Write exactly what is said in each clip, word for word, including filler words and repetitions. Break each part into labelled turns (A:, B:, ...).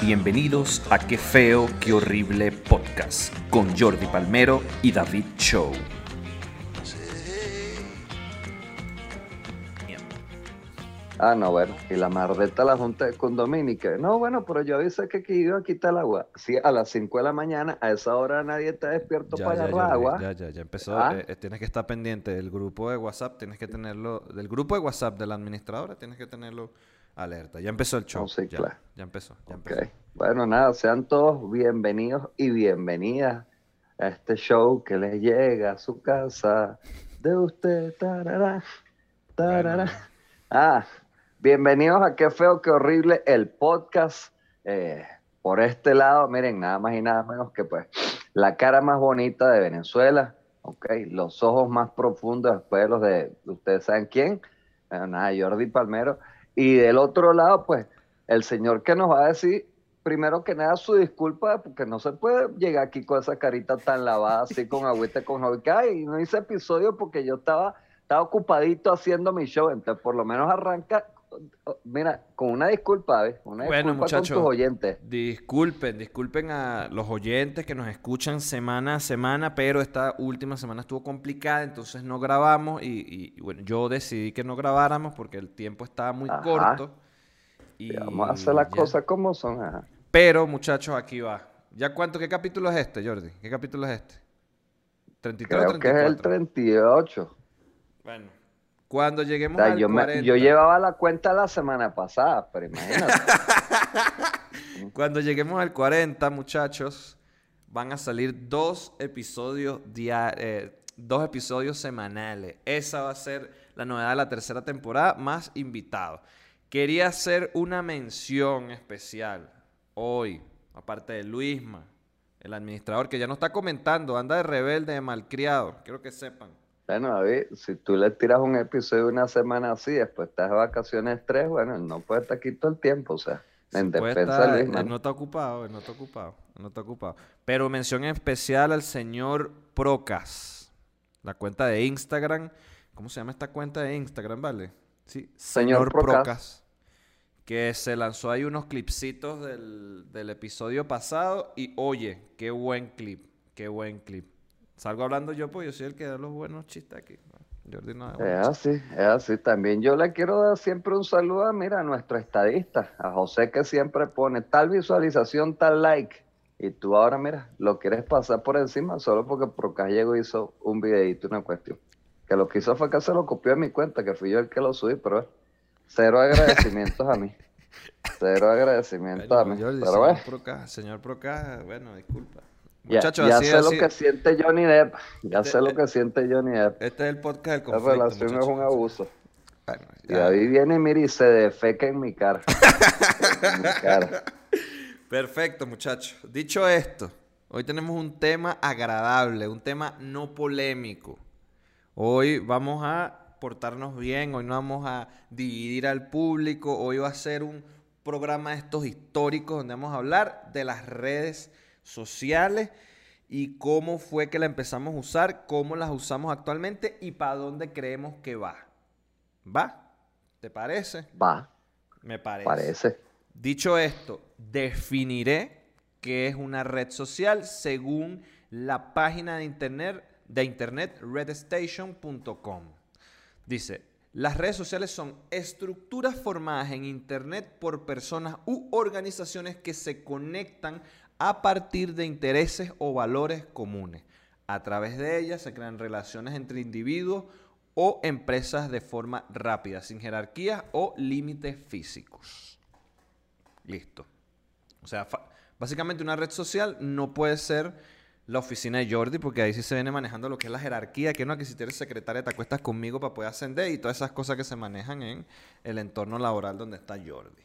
A: Bienvenidos a Qué Feo, Qué Horrible Podcast con Jordi Palmero y David Show.
B: Ah, no, bueno, y la mardeta la junta de condominio, que no, bueno, pero yo avisé que, que iba a quitar el agua. Sí, a las cinco de la mañana, a esa hora nadie está despierto
A: Ya,
B: para
A: ya,
B: agarrar
A: Jordi,
B: agua.
A: ya, ya, ya empezó.
B: ¿Ah?
A: Eh, eh, tienes que estar pendiente del grupo de WhatsApp, tienes que tenerlo, del grupo de WhatsApp de la administradora, tienes que tenerlo alerta. Ya empezó el show.
B: No, sí,
A: ya,
B: claro.
A: ya empezó, ya
B: Ok.
A: empezó.
B: Bueno, nada, sean todos bienvenidos y bienvenidas a este show que les llega a su casa de usted. Tarara, tarara.
A: Bueno,
B: Ah, bienvenidos a Qué Feo, Qué Horrible, el podcast. Eh, por este lado, miren, nada más y nada menos que pues la cara más bonita de Venezuela, ok, los ojos más profundos después de los de, ustedes saben quién, bueno, nada, Jordi Palmero, y del otro lado, pues, el señor que nos va a decir, primero que nada, su disculpa, porque no se puede llegar aquí con esa carita tan lavada, así con agüita con Jordi, ay, no hice episodio porque yo estaba, estaba ocupadito haciendo mi show, entonces por lo menos arranca, mira, con una disculpa, ¿ves? Una
A: Bueno,
B: disculpa con tus
A: muchachos,
B: oyentes.
A: disculpen, disculpen a los oyentes que nos escuchan semana a semana, pero esta última semana estuvo complicada, entonces no grabamos y, y, y bueno, yo decidí que no grabáramos porque el tiempo estaba muy
B: Ajá.
A: corto.
B: Y vamos a hacer las
A: ya.
B: cosas como son. Ajá.
A: Pero, muchachos, aquí va. ¿Ya cuánto? ¿Qué capítulo es este, Jordi? ¿Qué capítulo es este? ¿treinta y tres o
B: Creo que
A: treinta y
B: es el
A: cuatro?
B: treinta y ocho.
A: Bueno, cuando
B: O
A: lleguemos
B: sea,
A: al
B: yo, me,
A: cuarenta.
B: yo llevaba la cuenta la semana pasada, pero imagínate.
A: Cuando lleguemos al cuarenta, muchachos, van a salir dos episodios dia- eh, dos episodios semanales. Esa va a ser la novedad de la tercera temporada, más invitados. Quería hacer una mención especial hoy, aparte de Luisma, el administrador, que ya no está comentando, anda de rebelde, de malcriado. Quiero que sepan.
B: Bueno, David, si tú le tiras un episodio una semana así, después estás de vacaciones tres, bueno, él no puede estar aquí todo el tiempo, o sea,
A: Sí,
B: en
A: puede
B: defensa
A: estar,
B: de
A: él
B: Luis,
A: él
B: ¿no?
A: no está ocupado, él no está ocupado, él no está ocupado. Pero mención especial al señor Procas, la cuenta de Instagram. ¿Cómo se llama esta cuenta de Instagram, vale? Sí,
B: Señor
A: señor
B: Procas.
A: Procas, que se lanzó ahí unos clipsitos del, del episodio pasado y oye, qué buen clip, qué buen clip. Salgo hablando yo, pues yo soy el que da los buenos chistes aquí. Jordi no da
B: Es
A: buenos chistes.
B: así, es así. También yo le quiero dar siempre un saludo a, mira, a nuestro estadista, a José, que siempre pone tal visualización, tal like. Y tú ahora, mira, lo quieres pasar por encima solo porque Procas llegó y hizo un videito, una cuestión. Que lo que hizo fue que se lo copió en mi cuenta, que fui yo el que lo subí, pero eh, cero agradecimientos a mí. Cero agradecimientos a
A: Bueno,
B: mí.
A: Jordi,
B: Pero
A: señor
B: bueno,
A: Procas, señor Procas, bueno, disculpa.
B: ya,
A: Muchachos,
B: ya
A: así,
B: sé
A: así.
B: lo que siente Johnny Depp. Ya
A: Este,
B: sé lo
A: eh,
B: que siente Johnny Depp.
A: este es el podcast del
B: La
A: conflicto,
B: relación
A: muchachos.
B: es un abuso.
A: Bueno,
B: Y
A: ya.
B: David viene y mira y se defeca en mi cara. En mi cara.
A: Perfecto, muchachos. Dicho esto, hoy tenemos un tema agradable, un tema no polémico. Hoy vamos a portarnos bien, hoy no vamos a dividir al público, hoy va a ser un programa de estos históricos donde vamos a hablar de las redes sociales y cómo fue que la empezamos a usar, cómo las usamos actualmente y para dónde creemos que va. ¿Va? ¿Te parece?
B: Va,
A: Me parece.
B: parece.
A: Dicho esto, definiré qué es una red social según la página de internet, de internet redstation punto com. Dice, las redes sociales son estructuras formadas en internet por personas u organizaciones que se conectan a partir de intereses o valores comunes. A través de ellas se crean relaciones entre individuos o empresas de forma rápida, sin jerarquías o límites físicos. Listo. O sea, básicamente una red social no puede ser la oficina de Jordi, porque ahí sí se viene manejando lo que es la jerarquía, que no, que si tú eres secretaria te acuestas conmigo para poder ascender y todas esas cosas que se manejan en el entorno laboral donde está Jordi.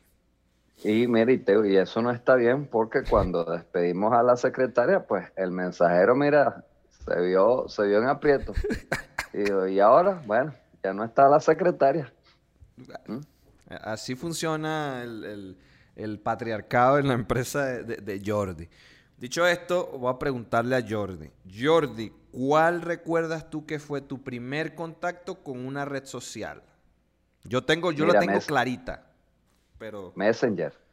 B: Y mira, y, te- y eso no está bien porque cuando despedimos a la secretaria, pues el mensajero, mira, se vio, se vio en aprieto. Y, digo, y ahora, bueno, ya no está la secretaria. ¿Mm?
A: Así funciona el, el- el patriarcado en la empresa de, de- de Jordi. Dicho esto, voy a preguntarle a Jordi. Jordi, ¿cuál recuerdas tú que fue tu primer contacto con una red social? Yo tengo, yo
B: Mira,
A: la tengo
B: Mes-
A: clarita, pero
B: Messenger.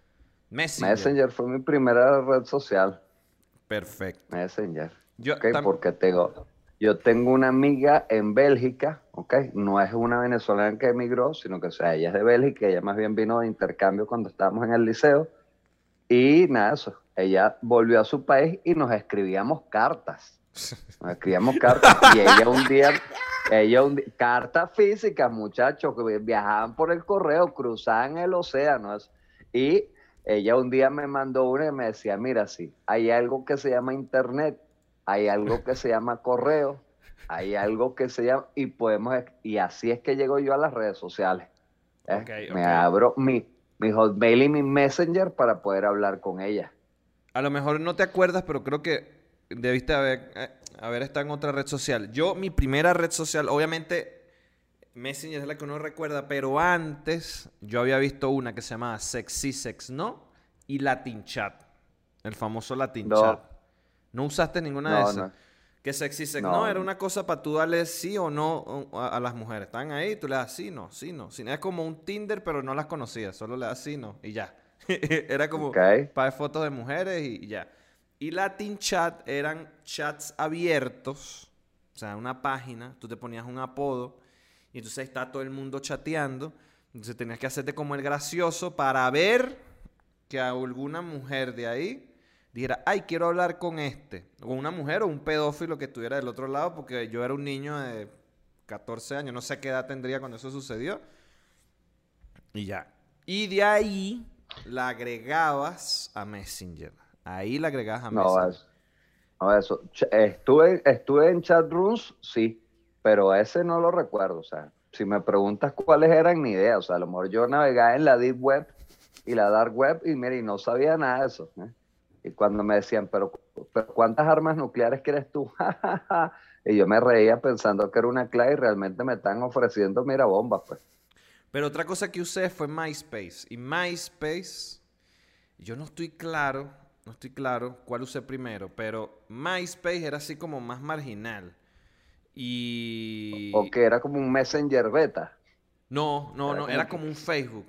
A: Messenger.
B: Messenger fue mi primera red social.
A: Perfecto.
B: Messenger.
A: Yo
B: Ok,
A: tam-
B: porque tengo, yo tengo una amiga en Bélgica, ok, no es una venezolana que emigró, sino que, o sea, ella es de Bélgica, ella más bien vino de intercambio cuando estábamos en el liceo, y nada, eso, ella volvió a su país y nos escribíamos cartas, nos escribíamos cartas, y ella un día, ella un di- cartas físicas, muchachos, que viajaban por el correo, cruzaban el océano, eso, y ella un día me mandó una y me decía, mira, sí, hay algo que se llama internet, hay algo que se llama correo, hay algo que se llama, y podemos, y así es que llego yo a las redes sociales. ¿eh?
A: Ok,
B: Me
A: ok.
B: abro mi, mi Hotmail y mi Messenger para poder hablar con ella.
A: A lo mejor no te acuerdas, pero creo que debiste haber, eh, haber estado en otra red social. Yo, mi primera red social, obviamente, Messenger es la que uno recuerda, pero antes yo había visto una que se llamaba Sexy Sex No y Latin Chat, el famoso Latin Chat.
B: No,
A: ¿No usaste ninguna de
B: no,
A: esas?
B: no,
A: Que Sexy Sex No
B: no,
A: era
B: no.
A: una cosa para tú darle sí o no a, a las mujeres. Están ahí, tú le das sí, no, sí, no. Sí, es como un Tinder, pero no las conocías. Solo le das sí, no y ya. Era como
B: Ok,
A: para ver fotos de mujeres y, y ya. Y Latin Chat eran chats abiertos, o sea, una página, tú te ponías un apodo y entonces ahí está todo el mundo chateando. Entonces tenías que hacerte como el gracioso para ver que alguna mujer de ahí dijera, ay, quiero hablar con este. O una mujer o un pedófilo que estuviera del otro lado, porque yo era un niño de catorce años, no sé qué edad tendría cuando eso sucedió. Y ya. Y de ahí la agregabas a Messenger. Ahí la agregabas a
B: no,
A: Messenger.
B: eso, no, eso. Ch- Estuve, estuve en chat rooms, sí, pero ese no lo recuerdo, o sea, si me preguntas cuáles eran, ni idea, o sea, a lo mejor yo navegaba en la deep web y la dark web y mira, y no sabía nada de eso, ¿eh? Y cuando me decían, pero, pero ¿cuántas armas nucleares quieres tú? Y yo me reía pensando que era una clave y realmente me están ofreciendo, mira, bombas, pues.
A: Pero otra cosa que usé fue MySpace. Y MySpace, yo no estoy claro, no estoy claro cuál usé primero, pero MySpace era así como más marginal.
B: O
A: Y
B: que era como un messenger beta.
A: no, no,
B: Era
A: no,
B: como
A: era
B: que,
A: como un Facebook.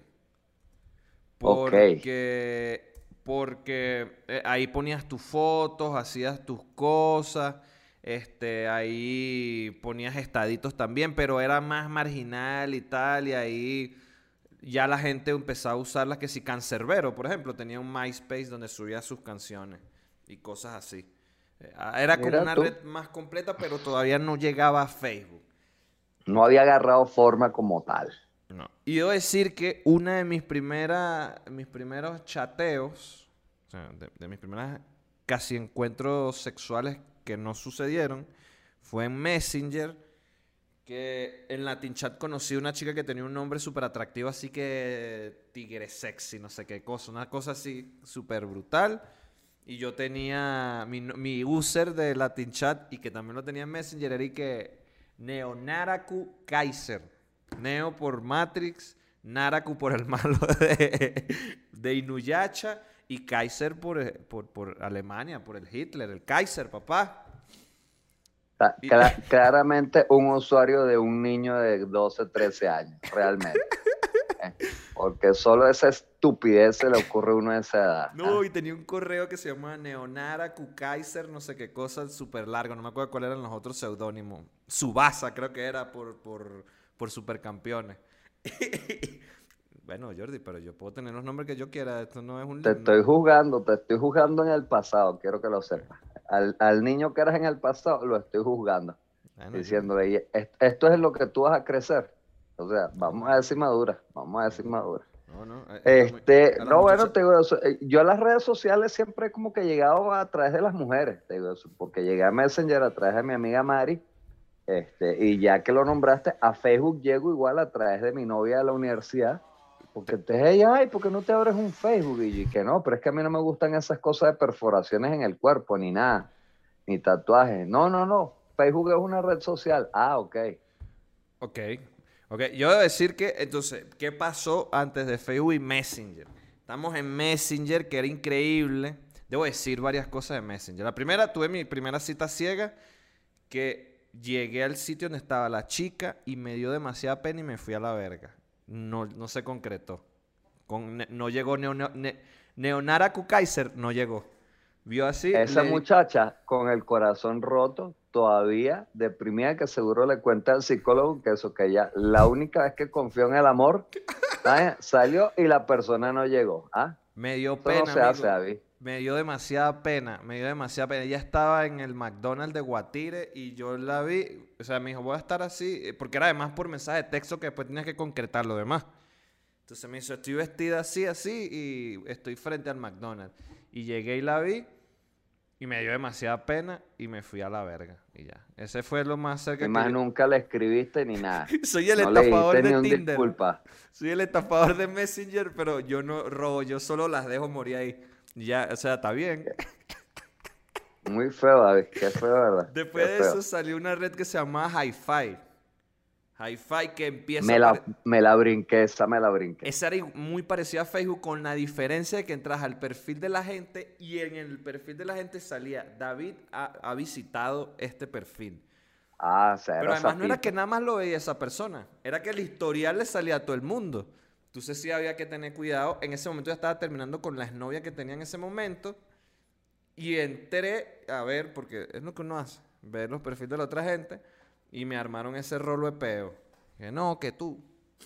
B: ok,
A: Porque, porque eh, ahí ponías tus fotos, hacías tus cosas, este, ahí ponías estaditos también, pero era más marginal y tal, y ahí ya la gente empezaba a usarlas, que si Cancerbero, por ejemplo, tenía un MySpace donde subía sus canciones y cosas así. Eh, ah, Era como
B: mira
A: una
B: tú,
A: red más completa, pero todavía no llegaba a Facebook.
B: no había agarrado forma como tal.
A: No. Y debo decir que una de mis primeras, mis primeros chateos, o sea, de, de mis primeras casi encuentros sexuales que no sucedieron, fue en Messenger, que en Latin Chat conocí una chica que tenía un nombre súper atractivo, así que tigre sexy, no sé qué cosa, una cosa así súper brutal. Y yo tenía mi, no- mi user de Latin Chat y que también lo tenía en Messenger, era y que Neonaraku Kaiser. Neo por Matrix, Naraku por el malo de, de Inuyasha y Kaiser por, eh, por, por Alemania, por el Hitler, el Kaiser, papá.
B: Ta-
A: Y-
B: cla- claramente un usuario de un niño de doce trece años, realmente. ¿eh? Porque solo esa estupidez se le ocurre a uno de esa edad.
A: no,
B: ¿ah?
A: y tenía un correo que se llama Neonaraku Kaiser, no sé qué cosa, súper largo, no me acuerdo cuáles eran los otros seudónimos. Subasa creo que era por, por, por Supercampeones. Bueno, Jordi, pero yo puedo tener los nombres que yo quiera, esto no es un...
B: Te
A: li- no-
B: estoy juzgando, te estoy juzgando en el pasado, quiero que lo sepas. Al, al niño que eras en el pasado, lo estoy juzgando.
A: Bueno, yo...
B: Diciéndole, "Y est- esto es lo que tú vas a crecer. O sea,
A: No,
B: vamos a
A: no,
B: decir madura, vamos a decir
A: no,
B: madura.
A: no, no, eh, eh, la mu-
B: Este,
A: a las
B: no, bueno,
A: muchachas...
B: te digo eso, eh, yo a las redes sociales siempre como que he llegado a través de las mujeres, te digo eso, porque llegué a Messenger a través de mi amiga Mari, este, y ya que lo nombraste, a Facebook llego igual a través de mi novia de la universidad, porque entonces ella, ay, ¿por qué no te abres un Facebook? Y yo, que no, pero es que a mí no me gustan esas cosas de perforaciones en el cuerpo, ni nada, ni tatuajes. No, no, no, Facebook es una red social. Ah, ok.
A: Ok, ok. Yo debo decir que, entonces, ¿qué pasó antes de Facebook y Messenger? Estamos en Messenger, que era increíble. Debo decir varias cosas de Messenger. La primera, tuve mi primera cita ciega, que llegué al sitio donde estaba la chica y me dio demasiada pena y me fui a la verga. No, no se concretó. Con, ne- no llegó neo, neo- ne- Neonara Kukaiser no llegó. Vio así.
B: Esa
A: le-
B: muchacha con el corazón roto, todavía deprimida, que seguro le cuenta al psicólogo que eso, que ella, la única vez que confió en el amor, ¿sabes? Salió y la persona no llegó. ¿Ah?
A: Me dio
B: Eso no
A: pena,
B: se hace,
A: amigo.
B: David.
A: Me dio demasiada pena, me dio demasiada pena. Ella estaba en el McDonald's de Guatire y yo la vi, o sea, me dijo, voy a estar así, eh, porque era además por mensaje de texto que después tenías que concretar lo demás. Entonces me hizo, estoy vestida así, así y estoy frente al McDonald's. Y llegué y la vi y me dio demasiada pena y me fui a la verga. Y ya, ese fue lo más
B: Y
A: cerca que
B: más
A: yo...
B: nunca le escribiste ni nada.
A: Soy el
B: No le
A: estafador
B: dijiste
A: de
B: ni un
A: Tinder.
B: disculpa.
A: Soy el estafador de Messenger, pero yo no robo, yo solo las dejo morir ahí. Ya, o sea, está bien.
B: Muy feo, David. Qué feo, ¿verdad?
A: Después
B: Qué
A: de
B: feo.
A: eso salió una red que se llamaba Hi-Fi. Hi-Fi que empieza
B: Me
A: a
B: la,
A: pare-
B: me la brinqué, esa me la brinqué.
A: Esa era muy parecida a Facebook con la diferencia de que entras al perfil de la gente y en el perfil de la gente salía David ha, ha visitado este perfil.
B: Ah, cero
A: Pero además no era
B: sapito.
A: que nada más lo veía esa persona, era que el historial le salía a todo el mundo. Entonces sí había que tener cuidado. En ese momento ya estaba terminando con la exnovia que tenía en ese momento y entré a ver, porque es lo que uno hace, ver los perfiles de la otra gente y me armaron ese rolo de peo. Que no, que tú.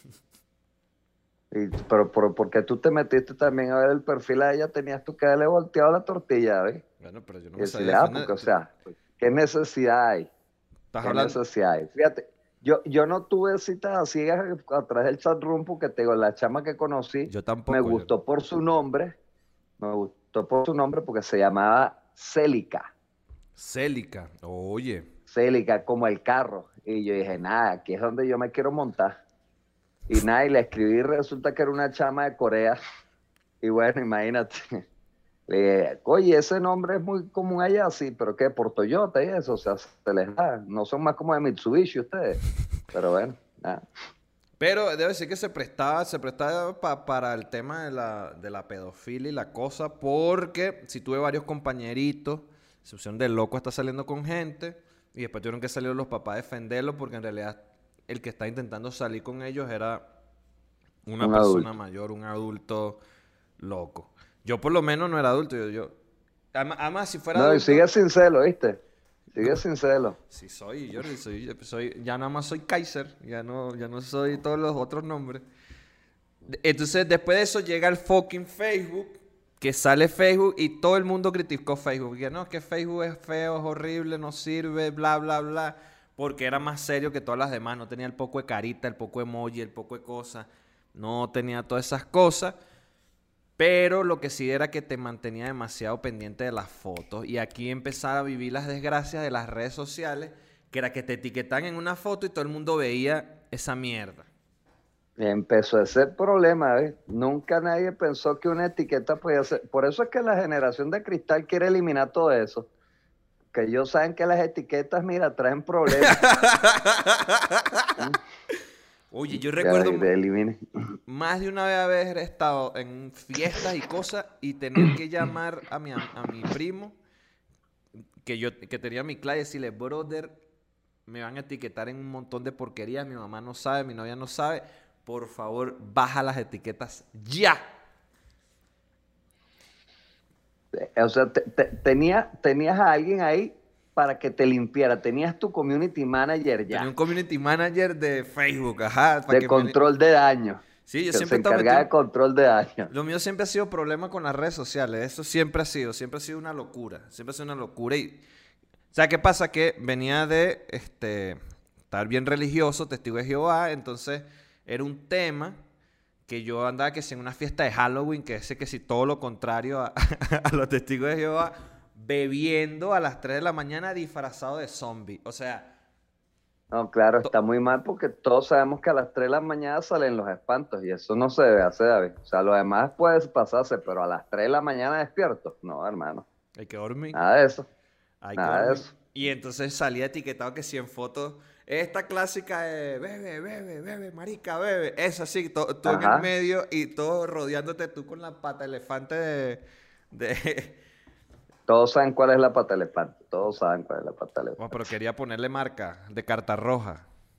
B: Y- pero, pero porque tú te metiste también a ver el perfil a ella, tenías tú que haberle volteado la tortilla, ¿ves?
A: Bueno, pero yo no
B: Y
A: me
B: decirle,
A: sabía
B: ah, porque,
A: defender.
B: o
A: Tú
B: sea, ¿qué necesidad hay?
A: estás
B: ¿Qué
A: hablando.
B: necesidad hay? Fíjate, yo, yo no tuve citas a ciegas a través del chat room porque te digo, la chama que conocí
A: Yo
B: me
A: tampoco. Yo...
B: gustó por su nombre, me gustó por su nombre porque se llamaba Célica,
A: Célica. Oye.
B: Célica, como el carro. Y yo dije, nada, aquí es donde yo me quiero montar. Y nada, y le escribí y resulta que era una chama de Corea. Y bueno, imagínate. Le dije, oye, ese nombre es muy común allá, sí, pero ¿qué? Por Toyota y eso, o sea, se les da. No son más como de Mitsubishi ustedes. Pero bueno, nada.
A: Pero debo decir que se prestaba, se prestaba pa- para el tema de la, de la pedofilia y la cosa, porque si tuve varios compañeritos, se pusieron de loco, está saliendo con gente, y después tuvieron que salir los papás a defenderlo, porque en realidad el que está intentando salir con ellos era una
B: Un
A: persona
B: adulto.
A: mayor, un adulto loco. Yo por lo menos no era adulto, yo, yo además, además, si fuera
B: No, y
A: adulto,
B: sigue sin celo, ¿viste? Sigue
A: no,
B: sin celo.
A: sí soy, Jordi, soy, soy, ya nada más soy Kaiser, ya no, ya no soy todos los otros nombres. De- Entonces, después de eso llega el fucking Facebook, que sale Facebook y todo el mundo criticó Facebook. Y que no, que Facebook es feo, es horrible, no sirve, bla, bla, bla. Porque era más serio que todas las demás. No tenía el poco de carita, el poco de emoji, el poco de cosas. No tenía todas esas cosas. Pero lo que sí era que te mantenía demasiado pendiente de las fotos. Y aquí empezaba a vivir las desgracias de las redes sociales, que era que te etiquetan en una foto y todo el mundo veía esa mierda.
B: Y empezó ese problema, ¿ves? Nunca nadie pensó que una etiqueta podía ser. Por eso es que la generación de cristal quiere eliminar todo eso. Que ellos saben que las etiquetas, mira, traen problemas.
A: Oye, yo
B: Que
A: recuerdo
B: de- de elimine.
A: más de una vez haber estado en fiestas y cosas y tener que llamar a mi, am- a mi primo, que yo que tenía mi clase, y decirle, brother, me van a etiquetar en un montón de porquerías, mi mamá no sabe, mi novia no sabe, por favor, baja las etiquetas ya.
B: O sea, te- te- tenía, tenías a alguien ahí para que te limpiara. Tenías tu community manager
A: Tenía un
B: ya,
A: community manager de Facebook, ajá, para
B: de
A: que me...
B: control de daño.
A: Sí, yo
B: Que se
A: siempre estaba
B: encargaba
A: metido...
B: de control de daño.
A: Lo mío siempre ha sido problema con las redes sociales. Eso siempre ha sido, siempre ha sido una locura. Siempre ha sido una locura. Y, o sea, ¿qué pasa? Que venía de este, estar bien religioso, testigo de Jehová. Entonces, era un tema que yo andaba que si en una fiesta de Halloween, que ese que si todo lo contrario a, a los testigos de Jehová, bebiendo a las tres de la mañana disfrazado de zombie. O sea,
B: No, claro,
A: to-
B: está muy mal porque todos sabemos que a las tres de la mañana salen los espantos y eso no se debe hacer, David. O sea, lo demás puede pasarse, pero a las tres de la mañana despierto. No, hermano,
A: hay que dormir.
B: nada de eso,
A: Hay que
B: nada de
A: dormir.
B: eso.
A: Y entonces salía etiquetado que si en fotos, esta clásica de bebe, bebe, bebe, marica, bebe. Esa sí, to- tú en el
B: Ajá.
A: medio y todo rodeándote tú con la pata elefante de... de...
B: Todos saben cuál es la pata elefante. Todos saben cuál es la pata
A: Bueno,
B: elefante.
A: pero quería ponerle marca de carta roja.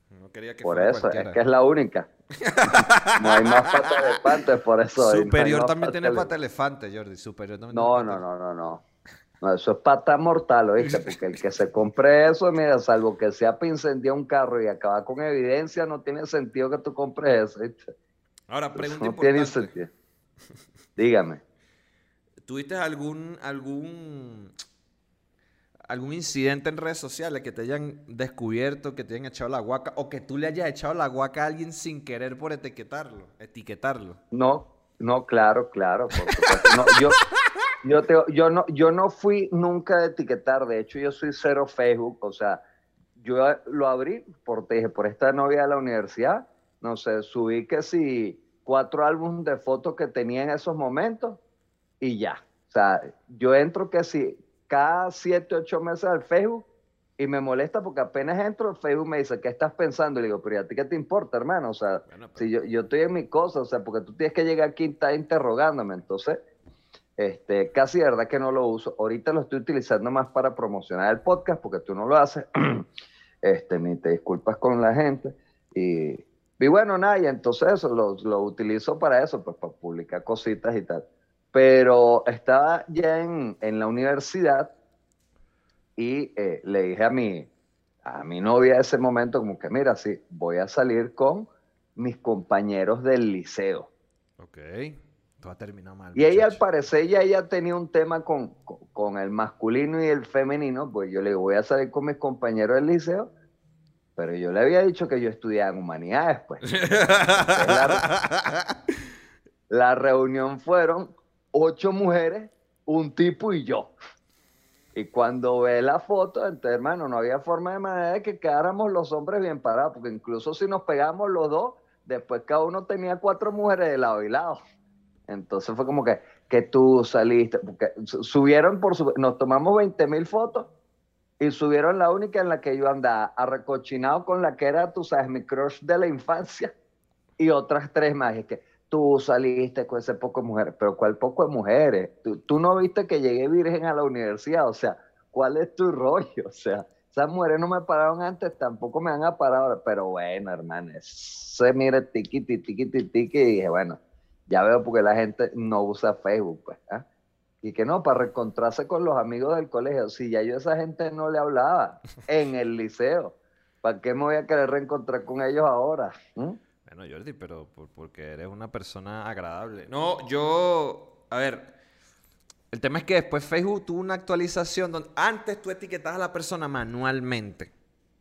A: No quería que
B: Por
A: fuera
B: eso,
A: cualquiera.
B: es que es la única. No hay más pata de elefante, por eso. no
A: Superior
B: hay
A: también
B: pata
A: tiene
B: de...
A: pata elefante, Jordi. Superior también tiene
B: No,
A: pata
B: no,
A: elefante.
B: no, no, no. No, eso es pata mortal, ¿oíste? Porque el que se compre eso, mira, salvo que sea para incendiar un carro y acabar con evidencia, no tiene sentido que tú compres eso, ¿oíste?
A: Ahora,
B: Eso
A: pregunta
B: no tiene
A: importante.
B: sentido. Dígame.
A: ¿Tuviste algún, algún, algún incidente en redes sociales que te hayan descubierto, que te hayan echado la guaca, o que tú le hayas echado la guaca a alguien sin querer por etiquetarlo? Etiquetarlo.
B: No, no, claro, claro, por supuesto. No, yo, yo, te, yo, no, yo no fui nunca de etiquetar, de hecho yo soy cero Facebook, o sea, yo lo abrí por, te dije, por esta novia de la universidad, no sé, subí que si cuatro álbumes de fotos que tenía en esos momentos y ya. O sea, yo entro que si cada siete, ocho meses al Facebook y me molesta porque apenas entro, el Facebook me dice, ¿qué estás pensando? Y le digo, pero ¿y a ti qué te importa, hermano? O sea,
A: Bueno, pero...
B: si yo, yo estoy en mi cosa, o sea, porque tú tienes que llegar aquí y estar interrogándome. Entonces, este, casi de verdad que no lo uso. Ahorita lo estoy utilizando más para promocionar el podcast porque tú no lo haces, este, ni te disculpas con la gente. Y, y bueno, nada, y entonces eso lo, lo utilizo para eso, pues para publicar cositas y tal. Pero estaba ya en, en la universidad y eh, le dije a mi, a mi novia en ese momento como que, mira, sí, voy a salir con mis compañeros del liceo.
A: Ok. Todo ha terminado mal,
B: Y ella al
A: muchacho.
B: parecer ya ella tenía un tema con, con, con el masculino y el femenino, pues yo le digo, voy a salir con mis compañeros del liceo, pero yo le había dicho que yo estudiaba en humanidades, pues. Entonces la, la reunión fueron ocho mujeres, un tipo y yo. Y cuando ve la foto, entonces, hermano, no había forma de manera de que quedáramos los hombres bien parados, porque incluso si nos pegamos los dos, después cada uno tenía cuatro mujeres de lado y lado. Entonces fue como que, que tú saliste, porque subieron por su, nos tomamos veinte mil fotos y subieron la única en la que yo andaba arrecochinado con la que era, tú sabes, mi crush de la infancia y otras tres más. Es que tú saliste con ese poco de mujeres, pero ¿cuál poco de mujeres? ¿Tú, tú no viste que llegué virgen a la universidad? O sea, ¿cuál es tu rollo? O sea, esas mujeres no me pararon antes, tampoco me van a parar ahora, pero bueno, hermano, se mire tiqui, tiqui, tiqui, tiqui, y dije, bueno, ya veo porque la gente no usa Facebook, pues, ¿eh? Y que no, para reencontrarse con los amigos del colegio. Si ya yo a esa gente no le hablaba en el liceo, ¿para qué me voy a querer reencontrar con ellos ahora? ¿Mm?
A: Bueno, Jordi, pero por- porque eres una persona agradable. No, yo... A ver, el tema es que después Facebook tuvo una actualización donde antes tú etiquetabas a la persona manualmente.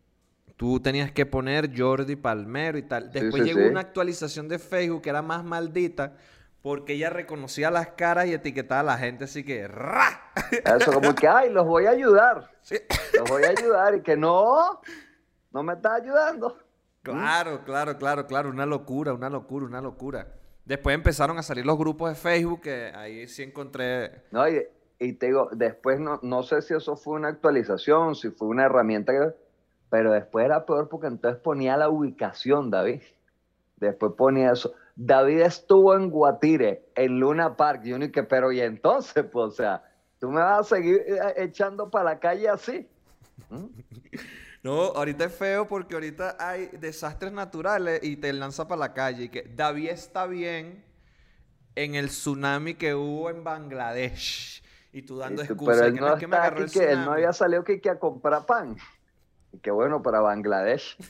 A: Tú tenías que poner Jordi Palmero y tal.
B: Sí,
A: Después
B: sí,
A: llegó una
B: sí.
A: actualización de Facebook que era más maldita porque ella reconocía las caras y etiquetaba a la gente así que ¡ra!
B: Eso como que, ay, los voy a ayudar.
A: Sí.
B: Los voy a ayudar. Y que no, no me estás ayudando. ¿Mm?
A: Claro, claro, claro, claro. Una locura, una locura, una locura. Después empezaron a salir los grupos de Facebook que ahí sí encontré...
B: No, y, y te digo, después no, no sé si eso fue una actualización, si fue una herramienta, que, pero después era peor porque entonces ponía la ubicación, David. Después ponía eso. David estuvo en Guatire, en Luna Park. Y uno y que, pero y entonces, pues, o sea, tú me vas a seguir eh, echando para la calle así. ¿Mm?
A: No, ahorita es feo porque ahorita hay desastres naturales y te lanza para la calle. Y que David está bien en el tsunami que hubo en Bangladesh. Y tú
B: Y
A: dando
B: tú, pero
A: excusas de
B: él
A: que no
B: no
A: es que me
B: está
A: agarró
B: aquí,
A: el
B: que él no
A: tsunami.
B: había salido que, que a comprar pan. Y qué bueno para Bangladesh.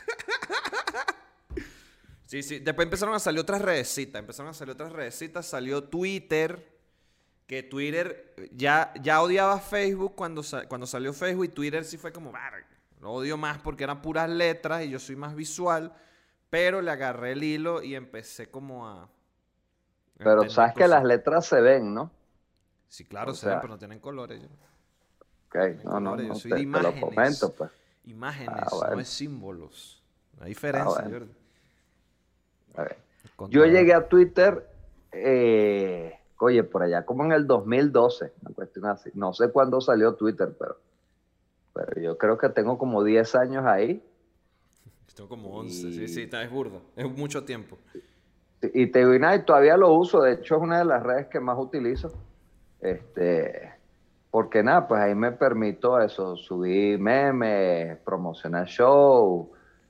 A: Sí, sí. Después empezaron a salir otras redecitas. Empezaron a salir otras redecitas. Salió Twitter. Que Twitter ya, ya odiaba Facebook cuando, sa- cuando salió Facebook. Y Twitter sí fue como, "Verga, lo odio más porque eran puras letras y yo soy más visual". Pero le agarré el hilo y empecé como a a
B: Pero
A: entender
B: sabes que las
A: cositas.
B: letras se ven, ¿no?
A: Sí, claro,
B: O
A: se ven,
B: sea,
A: pero no tienen colores. Yo.
B: ok,
A: No tienen
B: no, no,
A: colores. Yo
B: no,
A: soy de
B: te, te lo
A: imágenes.
B: comento, pues. Ah,
A: Imágenes, no de
B: bueno,
A: símbolos. La
B: ah,
A: diferencia,
B: bueno.
A: Jordi.
B: A ver.
A: El
B: Yo
A: contador.
B: llegué a Twitter, eh, oye, por allá como en el dos mil doce, una cuestión así. No sé cuándo salió Twitter, pero, pero yo creo que tengo como diez años ahí.
A: Tengo como once. Sí, sí,
B: Y,
A: está, es burdo. Es mucho tiempo.
B: y te digo, y nada, y todavía lo uso. De hecho, es una de las redes que más utilizo. Este, porque nada, pues ahí me permito eso, subir memes, promocionar show,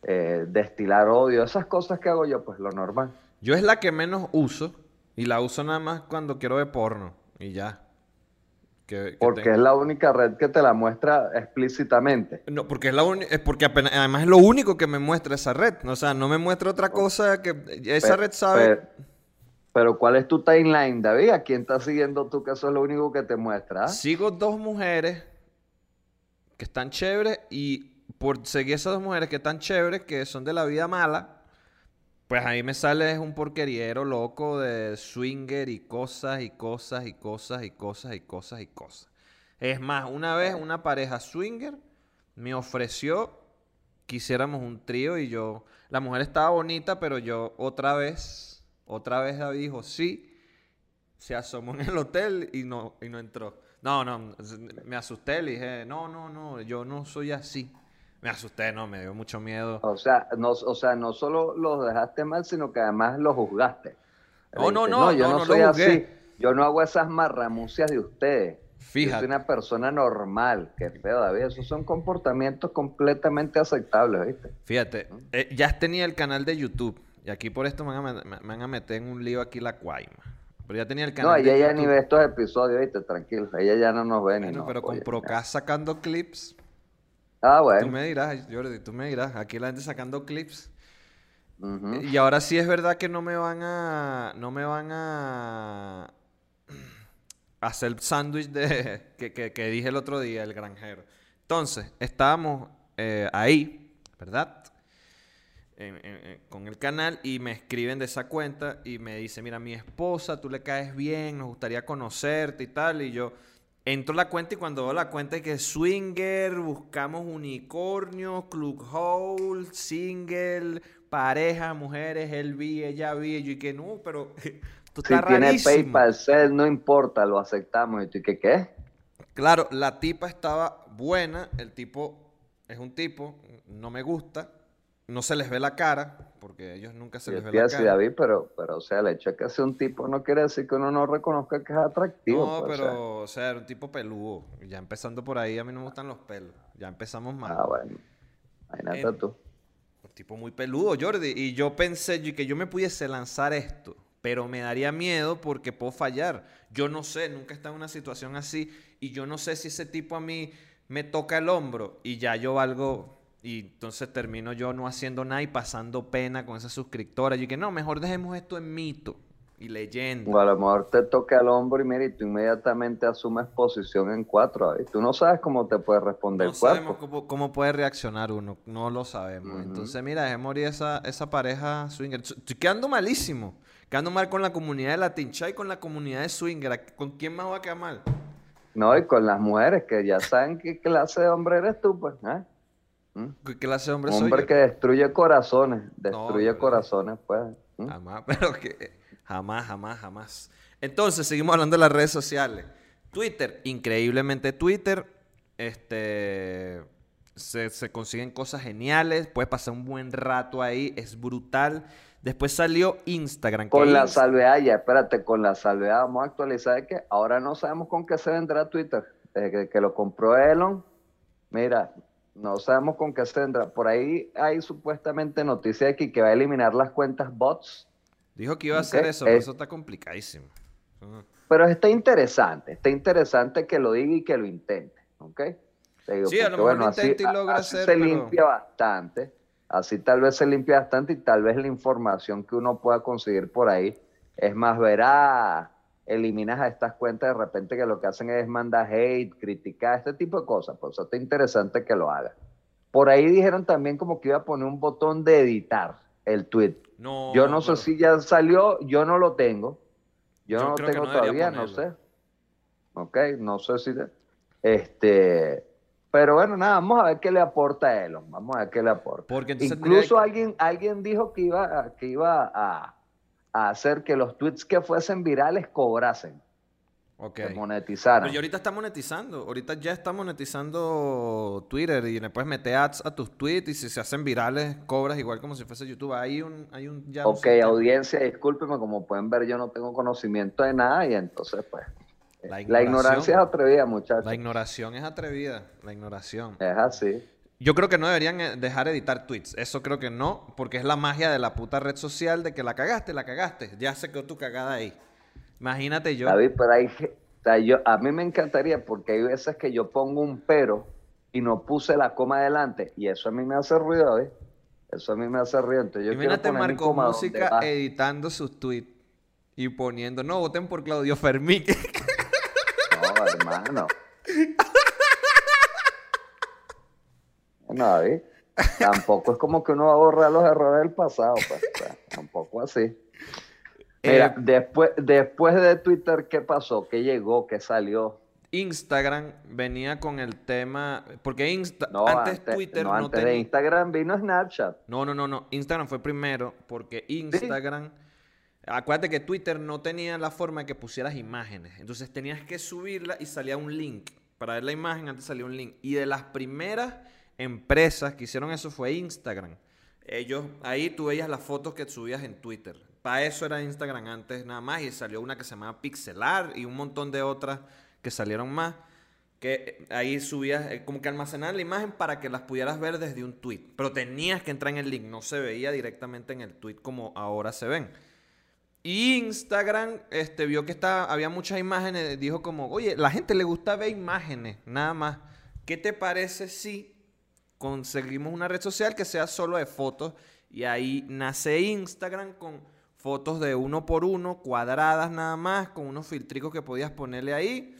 B: eh, destilar odio, esas cosas que hago yo, pues lo normal.
A: Yo es la que menos uso y la uso nada más cuando quiero ver porno y ya. Que, que
B: Porque
A: te-
B: es la única red que te la muestra explícitamente.
A: No, porque es la uni- es porque apenas- además es lo único que me muestra esa red. O sea, no me muestra otra cosa que esa
B: Pe-
A: red sabe.
B: pe- pero ¿cuál es tu timeline, David? ¿A quién estás siguiendo tú que eso es lo único que te muestra? ¿Ah?
A: Sigo dos mujeres que están chéveres y por seguir esas dos mujeres que están chéveres, que son de la vida mala, pues ahí me sale es un porqueriero loco de swinger y cosas y cosas y cosas y cosas y cosas y cosas. Es más, una vez una pareja swinger me ofreció que hiciéramos un trío y yo, la mujer estaba bonita, pero yo otra vez, otra vez David dijo sí, se asomó en el hotel y no, y no entró. No, no, me asusté, le dije, no, no, no, yo no soy así. Me asusté, no, me dio mucho miedo.
B: O sea, no, o sea, no solo los dejaste mal, sino que además los juzgaste. Le
A: No, no,
B: dijiste, no,
A: no,
B: yo
A: no,
B: no
A: no lo
B: soy así,
A: juzgué.
B: yo no hago esas marramucias de ustedes. Yo soy
A: Fíjate,
B: una persona normal. Qué feo, David. Esos son comportamientos completamente aceptables, ¿viste?
A: fíjate, eh, ya tenía el canal de YouTube y aquí por esto me van a, me- me van a meter en un lío aquí la cuaima. Pero ya tenía el
B: No,
A: canal de
B: ella ya ni
A: YouTube.
B: ve estos episodios, ¿viste? Tranquilo. Ella ya no nos ve ni
A: Bueno,
B: nos
A: pero con
B: apoya ni nada.
A: Procast sacando clips,
B: Ah,
A: tú
B: bueno.
A: me dirás, Jordi, tú me dirás, aquí la gente sacando clips.
B: Ujú.
A: Y ahora sí es verdad que no me van a, no me van a hacer el sándwich de que, que- que dije el otro día, el granjero. Entonces, estábamos eh, ahí, ¿verdad? En- en- en- con el canal y me escriben de esa cuenta y me dice, mira, mi esposa, tú le caes bien, nos gustaría conocerte y tal. Y yo entro a la cuenta y cuando veo la cuenta es que swinger, buscamos unicornio, clubhouse, single, pareja, mujeres, él vi, ella vi. Y yo y que no, pero esto
B: Si
A: está
B: tiene
A: rarísimo.
B: PayPal, Zelle, no importa, lo aceptamos. ¿Y tú qué qué?
A: Claro, la tipa estaba buena, el tipo es un tipo, no me gusta, no se les ve la cara, porque a ellos nunca se
B: Yo
A: les ve
B: estoy
A: la
B: así,
A: cara.
B: David, pero, pero, o sea, el hecho de que sea un tipo no quiere decir que uno no reconozca que es atractivo,
A: No,
B: pues, o sea.
A: pero, o sea, era un tipo peludo. Ya empezando por ahí, a mí no me gustan los pelos. Ya empezamos mal.
B: Ah, bueno, imagínate
A: En-
B: tú.
A: un tipo muy peludo, Jordi. Y yo pensé yo, que yo me pudiese lanzar esto, pero me daría miedo porque puedo fallar. Yo no sé, nunca he estado en una situación así. Y yo no sé si ese tipo a mí me toca el hombro y ya yo valgo. Y entonces termino yo no haciendo nada y pasando pena con esa suscriptora. Yo que no, mejor dejemos esto en mito y leyenda.
B: O a lo mejor te toca el hombro y mira, y tú inmediatamente asumes posición en cuatro, David. Tú no sabes cómo te puede responder
A: No
B: el
A: sabemos
B: cuerpo.
A: cómo, cómo puede reaccionar uno, no lo sabemos.
B: Ujú.
A: Entonces, mira, dejé morir esa, esa pareja swinger. Estoy quedando malísimo. Quedando mal con la comunidad de Latin Chat y con la comunidad de swinger. ¿Con quién más va a quedar mal?
B: No, y con las mujeres que ya saben qué clase de hombre eres tú, pues, ¿eh? ¿Mm?
A: ¿Qué clase de hombre
B: Un
A: soy
B: hombre
A: yo?
B: que destruye corazones,
A: No,
B: destruye
A: yo-
B: corazones, pues. ¿Mm?
A: jamás, pero que jamás, jamás, jamás. Entonces, seguimos hablando de las redes sociales. Twitter, increíblemente Twitter, este, se, se consiguen cosas geniales, puedes pasar un buen rato ahí, es brutal. Después salió Instagram. que
B: Con la
A: Inst-
B: salvedad, ya, espérate, con la salvedad, vamos a actualizar de que ahora no sabemos con qué se vendrá Twitter. Desde que, que lo compró Elon, mira, no sabemos con qué se vendrá. Por ahí hay supuestamente noticias de que, que va a eliminar las cuentas bots.
A: Dijo que iba a
B: ¿Ok?
A: hacer eso, pero
B: Es-
A: eso está complicadísimo. Ujú.
B: pero está interesante, está interesante que lo diga y que lo intente. ¿Ok? Te digo,
A: Sí, a lo
B: porque,
A: mejor
B: bueno,
A: lo
B: así,
A: intenta y
B: a-
A: logra
B: así
A: hacer,
B: se
A: pero...
B: limpia bastante. Así tal vez se limpia bastante y tal vez la información que uno pueda conseguir por ahí es más veraz. Eliminas a estas cuentas de repente que lo que hacen es mandar hate, criticar, este tipo de cosas. Por eso está interesante que lo haga. Por ahí dijeron también como que iba a poner un botón de editar el tweet.
A: No,
B: Yo no sé
A: pero
B: si ya salió, yo no lo tengo. Yo,
A: yo
B: no lo
A: creo que
B: tengo
A: no debería
B: todavía, no
A: ponerlo.
B: sé. Ok, no sé si... de- Este... Pero bueno, nada, vamos a ver qué le aporta a Elon. Vamos a ver qué le aporta.
A: Porque entonces
B: Incluso
A: tendría-
B: alguien, alguien dijo que iba, a, que iba a, a hacer que los tweets que fuesen virales cobrasen,
A: Ok.
B: que
A: Pero
B: monetizaran.
A: ya ahorita está monetizando. Ahorita ya está monetizando Twitter y le puedes meter ads a tus tweets y si se hacen virales cobras igual como si fuese YouTube. Hay un, hay un ya un
B: Ok,
A: sistema.
B: audiencia, discúlpeme, como pueden ver, yo no tengo conocimiento de nada y entonces, pues,
A: La
B: la ignorancia es
A: ignoración.
B: atrevida, muchachos.
A: La ignoración es atrevida. La ignoración.
B: Es así.
A: Yo creo que no deberían eh, dejar editar tweets. Eso creo que no, porque es la magia de la puta red social de que la cagaste, la cagaste. Ya se quedó tu cagada ahí. Imagínate yo.
B: David, pero hay, ge- o sea, yo, a mí me encantaría porque hay veces que yo pongo un pero y no puse la coma adelante y eso a mí me hace ruido, David. Eso a mí me hace ruido. Entonces yo quiero
A: Imagínate
B: poner mi
A: Marco
B: coma donde
A: Música
B: va.
A: editando sus tweets y poniendo, no, voten por Claudio Fermín.
B: No, hermano. No, David. Tampoco es como que uno va a borrar los errores del pasado, pues. O sea, tampoco así. Mira,
A: Eh,
B: después, después de Twitter, ¿qué pasó? ¿Qué llegó? ¿Qué salió?
A: Instagram venía con el tema, porque Insta-
B: No,
A: antes
B: antes,
A: Twitter
B: no,
A: no
B: antes de
A: tenía.
B: Instagram vino Snapchat.
A: No, no, no, no. Instagram fue primero porque
B: Sí.
A: Instagram. Acuérdate que Twitter no tenía la forma de que pusieras imágenes. Entonces tenías que subirla y salía un link. Para ver la imagen antes salía un link. Y de las primeras empresas que hicieron eso fue Instagram. Ellos, ahí tú veías las fotos que subías en Twitter. Para eso era Instagram antes nada más. Y salió una que se llamaba Pixelar y un montón de otras que salieron más. Que ahí subías, eh, como que almacenaban la imagen para que las pudieras ver desde un tweet. Pero tenías que entrar en el link. No se veía directamente en el tweet como ahora se ven. Y Instagram este, vio que estaba, había muchas imágenes, dijo como, oye, la gente le gusta ver imágenes, nada más. ¿Qué te parece si conseguimos una red social que sea solo de fotos? Y ahí nace Instagram con fotos de uno por uno, cuadradas nada más, con unos filtricos que podías ponerle ahí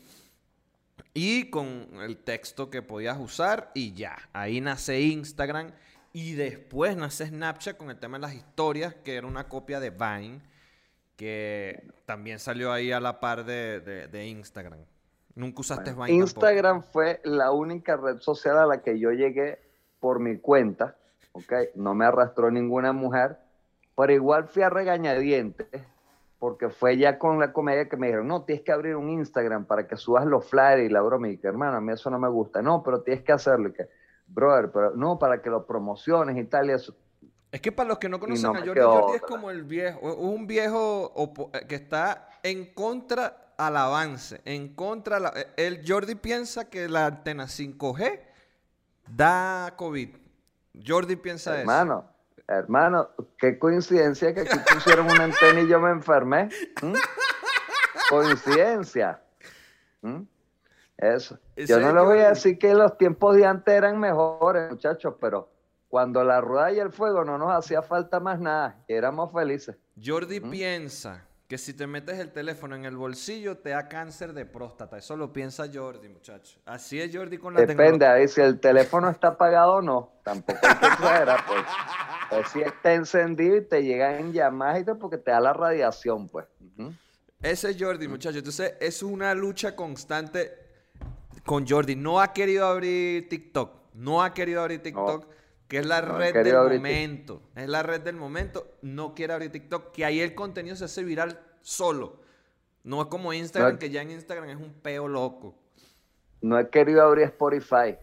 A: y con el texto que podías usar y ya. Ahí nace Instagram y después nace Snapchat con el tema de las historias, que era una copia de Vine, que también salió ahí a la par de, de, de Instagram. Nunca usaste
B: Bueno,
A: Vine tampoco.
B: Instagram fue la única red social a la que yo llegué por mi cuenta, ¿ok? No me arrastró ninguna mujer, pero igual fui a regañadientes, porque fue ya con la comedia que me dijeron, no, tienes que abrir un Instagram para que subas los flyers y la broma, y que hermano, a mí eso no me gusta, no, pero tienes que hacerlo, y que, brother, pero no, para que lo promociones y tal, y eso,
A: Es que para los que no
B: y no
A: conocen a
B: me
A: Jordi,
B: quedó
A: Jordi es
B: otra.
A: como el viejo, un viejo opo- que está en contra al avance, en contra, la- el Jordi piensa que la antena cinco G da COVID. Jordi piensa eso.
B: Hermano, hermano, qué coincidencia que aquí pusieron una antena y yo me enfermé. ¿Mm? Coincidencia. ¿Mm? Eso. Yo
A: Ese
B: no
A: es
B: les voy a
A: Jordi.
B: decir que los tiempos de antes eran mejores, muchachos, pero cuando la rueda y el fuego no nos hacía falta más nada, éramos felices.
A: Jordi
B: ¿Mm?
A: piensa que si te metes el teléfono en el bolsillo te da cáncer de próstata. Eso lo piensa Jordi, muchachos. Así es Jordi con la
B: Depende,
A: tecnología.
B: ahí si el teléfono está apagado o no, tampoco hay que exagerar, pues. Pues si está encendido y te llegan llamadas y todo porque te da la radiación, pues. Ujú.
A: Ese es Jordi, muchachos. Entonces, es una lucha constante con Jordi. No ha querido abrir TikTok. No ha querido abrir
B: No,
A: TikTok, que es la
B: no he
A: red
B: querido
A: del
B: abrir.
A: momento. Es la red del momento. No quiere abrir TikTok, que ahí el contenido se hace viral solo. No es como
B: No
A: Instagram,
B: he,
A: que ya en Instagram es un peo loco.
B: no he querido abrir Spotify.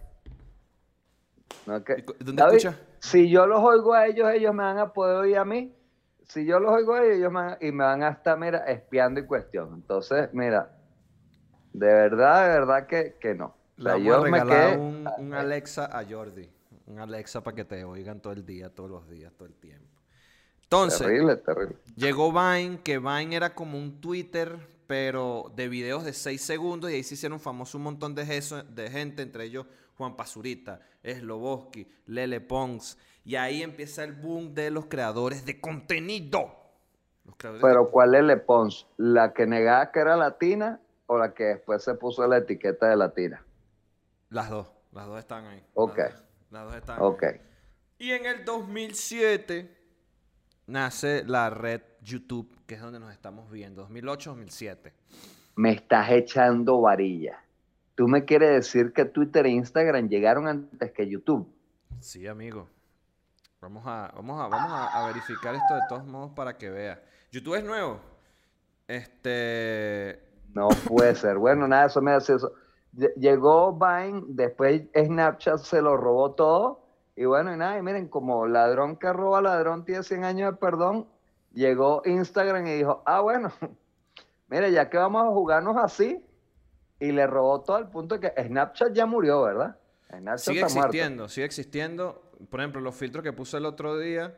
B: No es
A: ¿Y
B: que,
A: cu- ¿Dónde
B: David,
A: escuchas?
B: si yo los oigo a ellos, ellos me van a poder oír a mí. Si yo los oigo a ellos, ellos me van, y me van a estar, mira, espiando y cuestión. Entonces, mira, de verdad, de verdad que, que no. O
A: Le
B: sea,
A: vamos a
B: yo me
A: regalar
B: quedé.
A: un, un Alexa a Jordi. Un Alexa para que te oigan todo el día, todos los días, todo el tiempo. Entonces,
B: Terrible, terrible.
A: llegó Vine, que Vine era como un Twitter, pero de videos de seis segundos, y ahí se hicieron famosos un montón de, geso- de gente, entre ellos Juan Pazurita, Sloboski, Lele Pons, y ahí empieza el boom de los creadores de contenido. Los creadores de...
B: Pero ¿cuál es Le Pons? ¿La que negaba que era latina o la que después se puso la etiqueta de latina?
A: Las dos, las dos están ahí.
B: Ok,
A: Las dos, las dos están
B: ok.
A: ahí. Y en el dos mil siete nace la red YouTube, que es donde nos estamos viendo, dos mil ocho dos mil siete.
B: Me estás echando varilla. ¿Tú me quieres decir que Twitter e Instagram llegaron antes que YouTube?
A: Sí, amigo. Vamos a, vamos a, vamos a, a verificar esto de todos modos para que veas. YouTube es nuevo. Este.
B: No puede ser. Bueno, nada, eso me hace eso. Lle- Llegó Vine, después Snapchat se lo robó todo. Y bueno, y nada, y miren, como ladrón que roba ladrón tiene cien años de perdón, llegó Instagram y dijo, ah, bueno, mire, ya que vamos a jugarnos así, y le robó todo al punto de que Snapchat ya murió, ¿verdad? Snapchat
A: Sigue
B: está muerto.
A: existiendo, sigue existiendo. Por ejemplo, los filtros que puse el otro día,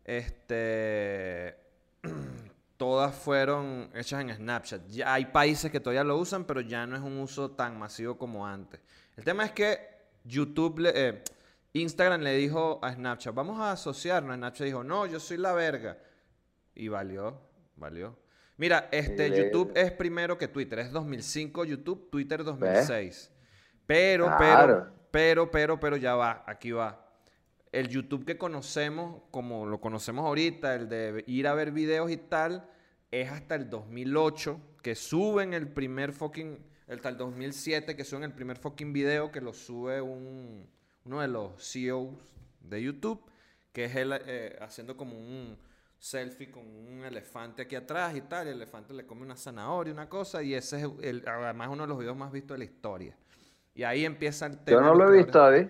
A: este, todas fueron hechas en Snapchat. Ya hay países que todavía lo usan, pero ya no es un uso tan masivo como antes. El tema es que YouTube, le, eh, Instagram le dijo a Snapchat, vamos a asociarnos. Snapchat dijo, no, yo soy la verga. Y valió, valió. Mira, este,
B: Le-
A: YouTube es primero que Twitter. Es dos mil cinco YouTube, Twitter
B: ¿Ves?
A: dos mil seis. Pero, pero,
B: Claro.
A: pero, pero, pero ya va, aquí va. El YouTube que conocemos, como lo conocemos ahorita, el de ir a ver videos y tal, es hasta el dos mil ocho, que suben el primer fucking, hasta el dos mil siete, que suben el primer fucking video, que lo sube un, uno de los C E Os de YouTube, que es él eh, haciendo como un selfie con un elefante aquí atrás y tal, y el elefante le come una zanahoria, una cosa, y ese es el, además uno de los videos más vistos de la historia. Y ahí empieza el
B: Yo
A: tema
B: no
A: de los
B: lo he visto,
A: creadores.
B: David.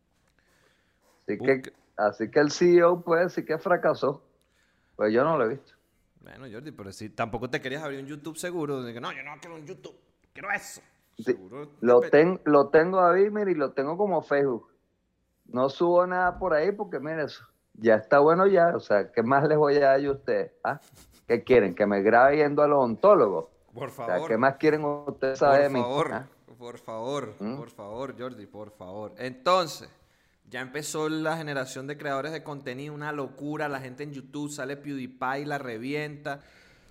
B: Así que,
A: Busque-
B: así que el C E O puede decir que fracasó. Pues yo no lo he visto.
A: Bueno, Jordi, pero si tampoco te querías abrir un YouTube seguro, de que no, yo no quiero un YouTube, quiero eso.
B: Sí,
A: Seguro. te
B: Lo,
A: pe-
B: ten- lo tengo, David, mira, y lo tengo como Facebook. No subo nada por ahí porque, mire, eso ya está bueno ya. O sea, ¿qué más les voy a dar yo a ustedes? ¿Ah? ¿Qué quieren? ¿Que me grabe yendo al odontólogo?
A: Por
B: O sea, ¿qué
A: favor,
B: más quieren ustedes saber
A: por
B: de mí?
A: favor,
B: ¿Ah?
A: por favor,
B: ¿Mm?
A: por favor, Jordi, por favor. Entonces, ya empezó la generación de creadores de contenido, una locura. La gente en YouTube sale PewDiePie y la revienta.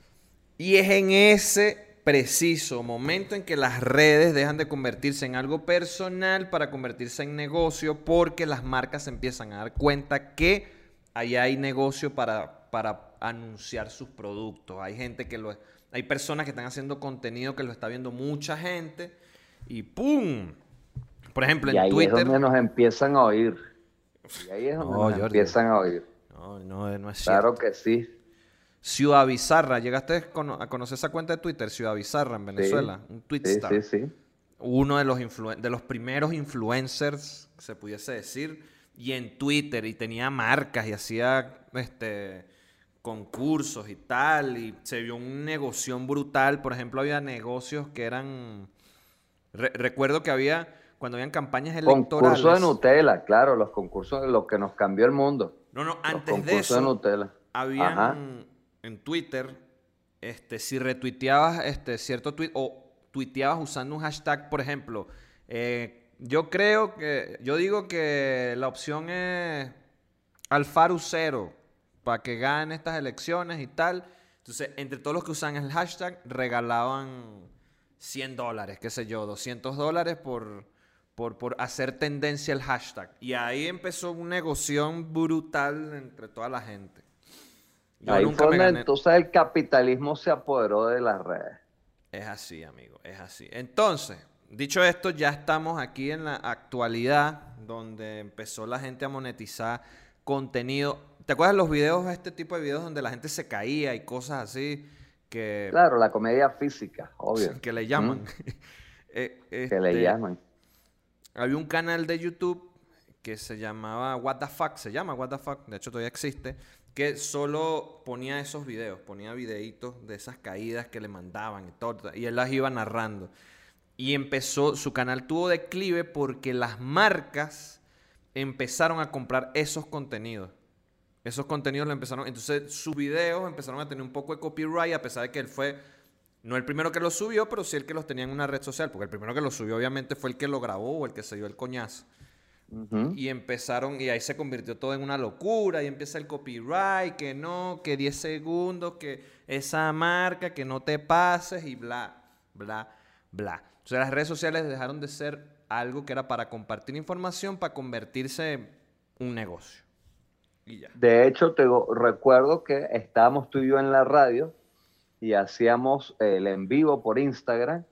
A: Y es en ese preciso momento en que las redes dejan de convertirse en algo personal para convertirse en negocio, porque las marcas se empiezan a dar cuenta que ahí hay negocio para, para anunciar sus productos. Hay gente que lo, hay personas que están haciendo contenido que lo está viendo mucha gente y ¡pum! Por ejemplo,
B: Y
A: en
B: ahí es
A: Twitter.
B: donde nos empiezan a oír. Y ahí es donde
A: No,
B: nos
A: Jordi.
B: empiezan a oír.
A: No, no, no es
B: Claro
A: cierto.
B: que sí.
A: Ciudad Bizarra, ¿llegaste a cono- a conocer esa cuenta de Twitter? Ciudad Bizarra en
B: Sí,
A: Venezuela, un
B: sí,
A: Twitstar.
B: sí, sí.
A: Uno de los, influen- de los primeros influencers, se pudiese decir, y en Twitter, y tenía marcas y hacía este, concursos y tal, y se vio un negocio brutal. Por ejemplo, había negocios que eran... re- recuerdo que había, cuando habían campañas
B: Concurso de
A: electorales...
B: Nutella, claro, los concursos, lo que nos cambió el mundo.
A: No, no,
B: Los
A: antes de
B: concursos de
A: eso,
B: Nutella. Ajá.
A: habían en Twitter, este, si retuiteabas este, cierto tweet o tuiteabas usando un hashtag, por ejemplo, eh, yo creo que, yo digo que la opción es Alfaro cero para que gane estas elecciones y tal. Entonces, entre todos los que usan el hashtag, regalaban cien dólares, qué sé yo, doscientos dólares por, por, por hacer tendencia el hashtag. Y ahí empezó una negoción brutal entre toda la gente. Yo
B: Ahí
A: nunca
B: fue
A: me
B: donde
A: gané.
B: entonces el capitalismo se apoderó de las redes.
A: Es así, amigo, es así. Entonces, dicho esto, ya estamos aquí en la actualidad donde empezó la gente a monetizar contenido. ¿Te acuerdas los videos, este tipo de videos donde la gente se caía y cosas así que,
B: Claro, la comedia física, obvio.
A: que le
B: ¿Mm?
A: llaman? Eh,
B: Que le
A: este,
B: llaman.
A: había un canal de YouTube que se llamaba What the Fuck, se llama What the Fuck, de hecho todavía existe, que solo ponía esos videos, ponía videitos de esas caídas que le mandaban y todo, y él las iba narrando. Y empezó, su canal tuvo declive porque las marcas empezaron a comprar esos contenidos. Esos contenidos lo empezaron, entonces sus videos empezaron a tener un poco de copyright, a pesar de que él fue, no el primero que los subió, pero sí el que los tenía en una red social, porque el primero que los subió obviamente fue el que lo grabó o el que se dio el coñazo.
B: Ujú.
A: Y empezaron, y ahí se convirtió todo en una locura, y empieza el copyright, que no, que diez segundos, que esa marca, que no te pases, y bla, bla, bla. O sea, las redes sociales dejaron de ser algo que era para compartir información, para convertirse en un negocio. Y ya.
B: De hecho, te go- recuerdo que estábamos tú y yo en la radio y hacíamos eh, el en vivo por Instagram.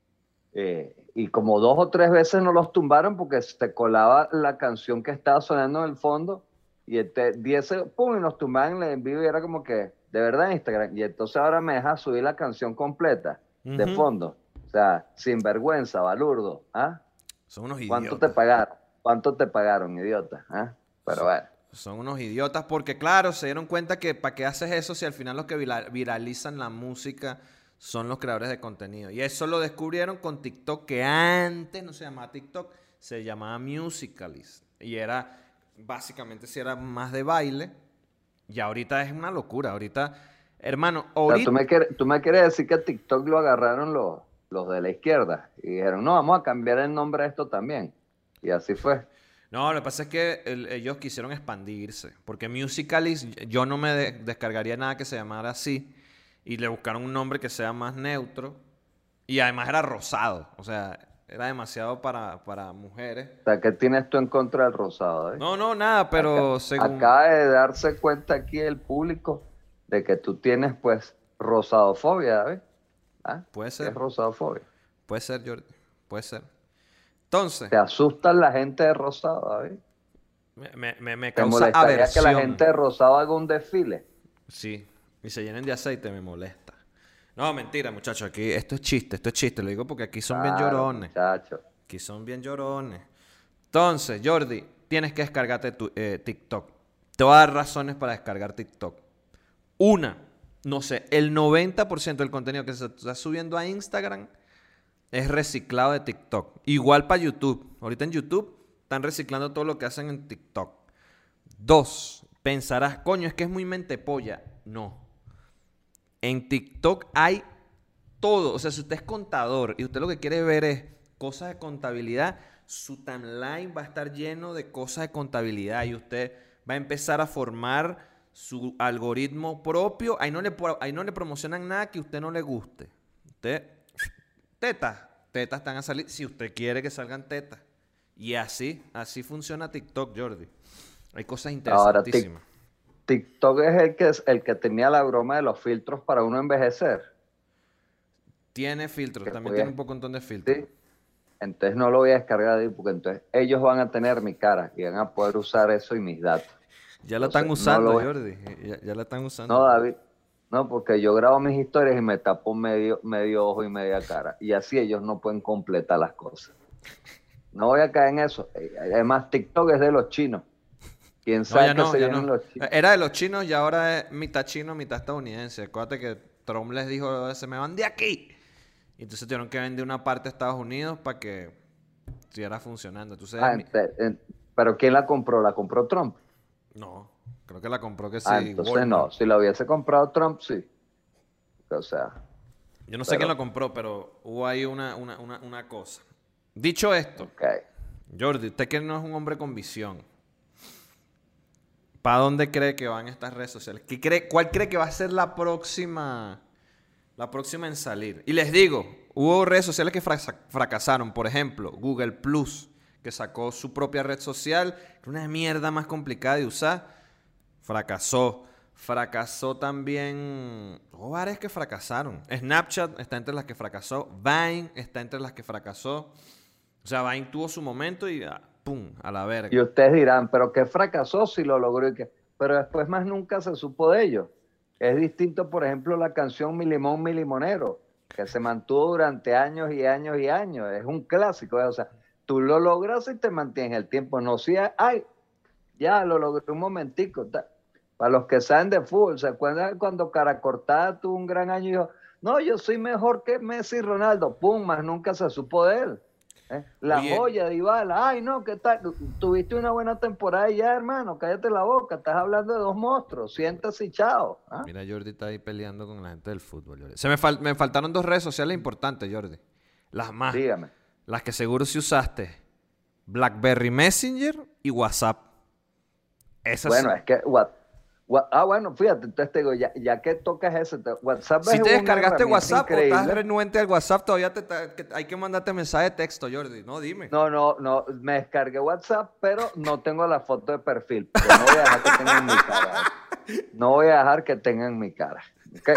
B: eh, y como dos o tres veces nos los tumbaron porque se colaba la canción que estaba sonando en el fondo y este, diez, se- pum, y nos tumbaban el en vivo y era como que, de verdad, Instagram. Y entonces ahora me deja subir la canción completa de
A: Ujú.
B: fondo. O sea, sin vergüenza, balurdo. ¿Ah?
A: Son unos
B: ¿Cuánto te
A: idiotas.
B: pagaron? ¿Cuánto te pagaron, idiota? ¿Ah? Pero bueno.
A: Son unos idiotas porque, claro, se dieron cuenta que para qué haces eso si al final los que vira- viralizan la música son los creadores de contenido. Y eso lo descubrieron con TikTok, que antes no se llamaba TikTok, se llamaba Musical.ly. Y era, básicamente, si era más de baile. Y ahorita es una locura. Ahorita, hermano,
B: O sea, ¿tú
A: ahorita...
B: me quieres, tú me quieres decir que TikTok lo agarraron los, los de la izquierda y dijeron, no, vamos a cambiar el nombre a esto también. Y así fue.
A: No, lo que pasa es que el- ellos quisieron expandirse. Porque Musical.ly, yo no me de- descargaría nada que se llamara así. Y le buscaron un nombre que sea más neutro. Y además era rosado. O sea, era demasiado para, para mujeres.
B: O sea, ¿qué tienes tú en contra del rosado, eh?
A: No, no, nada,
B: Acá,
A: pero según...
B: acaba de darse cuenta aquí el público de que tú tienes, pues, rosadofobia, ¿ves? ¿Ah?
A: Puede
B: ¿Qué es
A: ser,
B: rosadofobia?
A: puede ser, Jordi. Puede ser. Entonces,
B: ¿Te asusta la gente de rosado, ¿ves?
A: me, me- me- me
B: ¿Te
A: causa
B: molestaría que la gente
A: aversión.
B: de rosado haga un desfile?
A: Sí, y se llenen de aceite, me molesta. No, mentira, muchachos. Aquí, esto es chiste, esto es chiste. Lo digo porque aquí son bien
B: Claro,
A: llorones.
B: muchacho.
A: Aquí son bien llorones. Entonces, Jordi, tienes que descargarte tu, eh, TikTok. Te voy a dar razones para descargar TikTok. Una, no sé, el noventa por ciento del contenido que se está subiendo a Instagram es reciclado de TikTok. Igual para YouTube. Ahorita en YouTube están reciclando todo lo que hacen en TikTok. Dos, pensarás, coño, es que es muy mentepolla. No. En TikTok hay todo. O sea, si usted es contador y usted lo que quiere ver es cosas de contabilidad, su timeline va a estar lleno de cosas de contabilidad y usted va a empezar a formar su algoritmo propio. Ahí no le, pro- ahí no le promocionan nada que a usted no le guste. Usted, tetas, tetas están a salir si usted quiere que salgan tetas. Y así, así funciona TikTok, Jordi. Hay cosas
B: Ahora, Tik-
A: interesantísimas.
B: TikTok es el que, el que tenía la broma de los filtros para uno envejecer.
A: Tiene filtros,
B: Que
A: también tiene
B: podía-
A: un montón de filtros.
B: ¿sí? Entonces no lo voy a descargar de ahí porque entonces ellos van a tener mi cara y van a poder usar eso y mis datos.
A: Ya la
B: Entonces,
A: están
B: no
A: usando,
B: lo voy-
A: Jordi. Ya, ya la están usando.
B: No, David, no, porque yo grabo mis historias y me tapo medio, medio ojo y media cara. Y así ellos no pueden completar las cosas. No voy a caer en eso. Eh, Además, TikTok es de los chinos. ¿Quién
A: No,
B: sabe
A: ya
B: qué
A: no,
B: se
A: ya
B: vienen
A: no.
B: los chinos?
A: Era de los chinos y ahora es mitad chino, mitad estadounidense. Acuérdate que Trump les dijo, se me van de aquí. Y entonces tuvieron que vender una parte a Estados Unidos para que siguiera funcionando. Entonces,
B: Ah,
A: mi-
B: ente- en- pero ¿quién la compró? ¿La compró Trump?
A: no, creo que la compró que
B: Ah,
A: sí,
B: entonces no.
A: Walmart.
B: Si la hubiese comprado Trump, sí. O sea,
A: Yo no sé quién
B: pero,
A: la compró, pero hubo ahí una, una, una, una cosa. Dicho esto,
B: ok.
A: Jordi, usted que no es un hombre con visión, ¿para dónde cree que van estas redes sociales? ¿Qué cree, ¿Cuál cree que va a ser la próxima, la próxima en salir? Y les digo, hubo redes sociales que frasa- fracasaron. Por ejemplo, Google Plus, que sacó su propia red social, que era una mierda más complicada de usar, fracasó. Fracasó también... Hubo varias que fracasaron. Snapchat está entre las que fracasó. Vine está entre las que fracasó. O sea, Vine tuvo su momento y ah, ¡pum! A la verga.
B: Y ustedes dirán, pero qué fracasó si lo logró y que... Pero después más nunca se supo de ello. Es distinto, por ejemplo, la canción Mi Limón, Mi Limonero, que se mantuvo durante años y años y años. Es un clásico, ¿eh? O sea, tú lo logras y te mantienes el tiempo. No si ay, ya lo logré un momentico. ta. Para los que saben de fútbol, ¿se acuerdan cuando Cara Cortada tuvo un gran año y dijo, no, yo soy mejor que Messi y Ronaldo? Pum, más nunca se supo de él. ¿eh? La
A: Oye,
B: joya de Dybala, ay no, ¿qué tal? Tuviste una buena temporada y ya, hermano, cállate la boca, estás hablando de dos monstruos, siéntese y chao. ¿ah?
A: mira, Jordi está ahí peleando con la gente del fútbol, Jordi. Se me, fal- me faltaron dos redes sociales importantes, Jordi. Las más.
B: Dígame.
A: Las que seguro si usaste. BlackBerry Messenger y WhatsApp. Esas
B: Bueno,
A: sí.
B: es que, what, what- ah, bueno, fíjate, entonces te digo, ya, ya que tocas ese, te- WhatsApp
A: Si
B: es
A: te
B: una
A: descargaste
B: herramienta
A: WhatsApp o estás
B: increíble.
A: renuente al WhatsApp, todavía te, ta- que hay que mandarte mensaje de texto, Jordi. No, dime.
B: No, no, no, me descargué WhatsApp, pero no tengo la foto de perfil, porque no voy a dejar que tengan mi cara. ¿eh? No voy a dejar que tengan mi cara. ¿ok?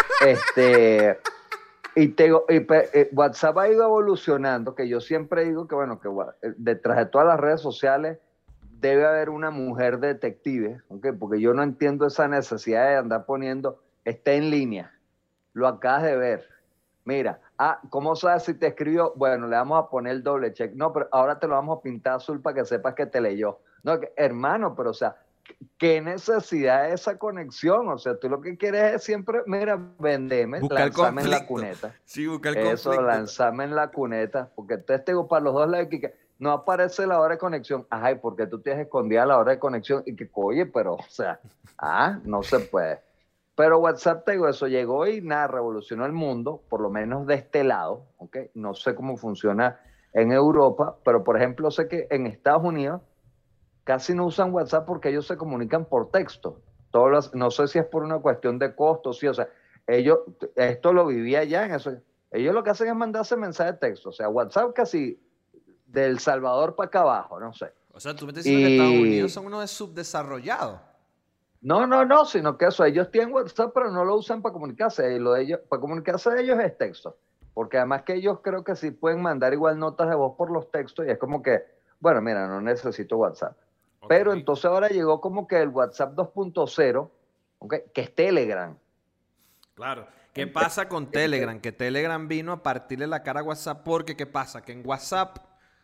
B: Este, y te digo, y pe- eh, WhatsApp ha ido evolucionando, que yo siempre digo que, bueno, que wa- eh, detrás de todas las redes sociales debe haber una mujer detective, ¿ok? Porque yo no entiendo esa necesidad de andar poniendo, está en línea, lo acabas de ver. Mira, ah, ¿cómo sabes si te escribió? Bueno, le vamos a poner el doble check. No, pero ahora te lo vamos a pintar azul para que sepas que te leyó. No, que, hermano, pero o sea, ¿qué necesidad de esa conexión? O sea, tú lo que quieres es siempre, mira, vendeme,
A: Buscar
B: lanzame en la
A: conflicto.
B: cuneta.
A: Sí, buscar
B: Eso,
A: conflicto.
B: lanzame en la cuneta, porque entonces tengo para los dos lados que que no aparece la hora de conexión. Ajá, ¿y por qué tú tienes escondida la hora de conexión? Y que, oye, pero, o sea, ah, no se puede. Pero WhatsApp, te digo, eso llegó y nada, revolucionó el mundo, por lo menos de este lado, ¿ok? No sé cómo funciona en Europa, pero por ejemplo, sé que en Estados Unidos casi no usan WhatsApp porque ellos se comunican por texto. Todos los, no sé si es por una cuestión de costos, sí, o sea, ellos, esto lo vivía ya en eso. Ellos lo que hacen es mandarse mensaje de texto, o sea, WhatsApp casi del Salvador para acá abajo, no sé.
A: O sea, tú me estás diciendo que Estados Unidos
B: Y
A: son unos subdesarrollados.
B: no, no, no, sino que eso, ellos tienen WhatsApp, pero no lo usan para comunicarse. Y lo de ellos, para comunicarse de ellos es texto. Porque además que ellos creo que sí pueden mandar igual notas de voz por los textos y es como que, bueno, mira, no necesito WhatsApp.
A: Ok.
B: Pero entonces ahora llegó como que el WhatsApp dos punto cero, ¿okay? Que es Telegram.
A: Claro. ¿Qué
B: En
A: pasa con
B: en
A: Telegram? Que Telegram vino a partirle la cara a WhatsApp porque, ¿qué pasa? Que en WhatsApp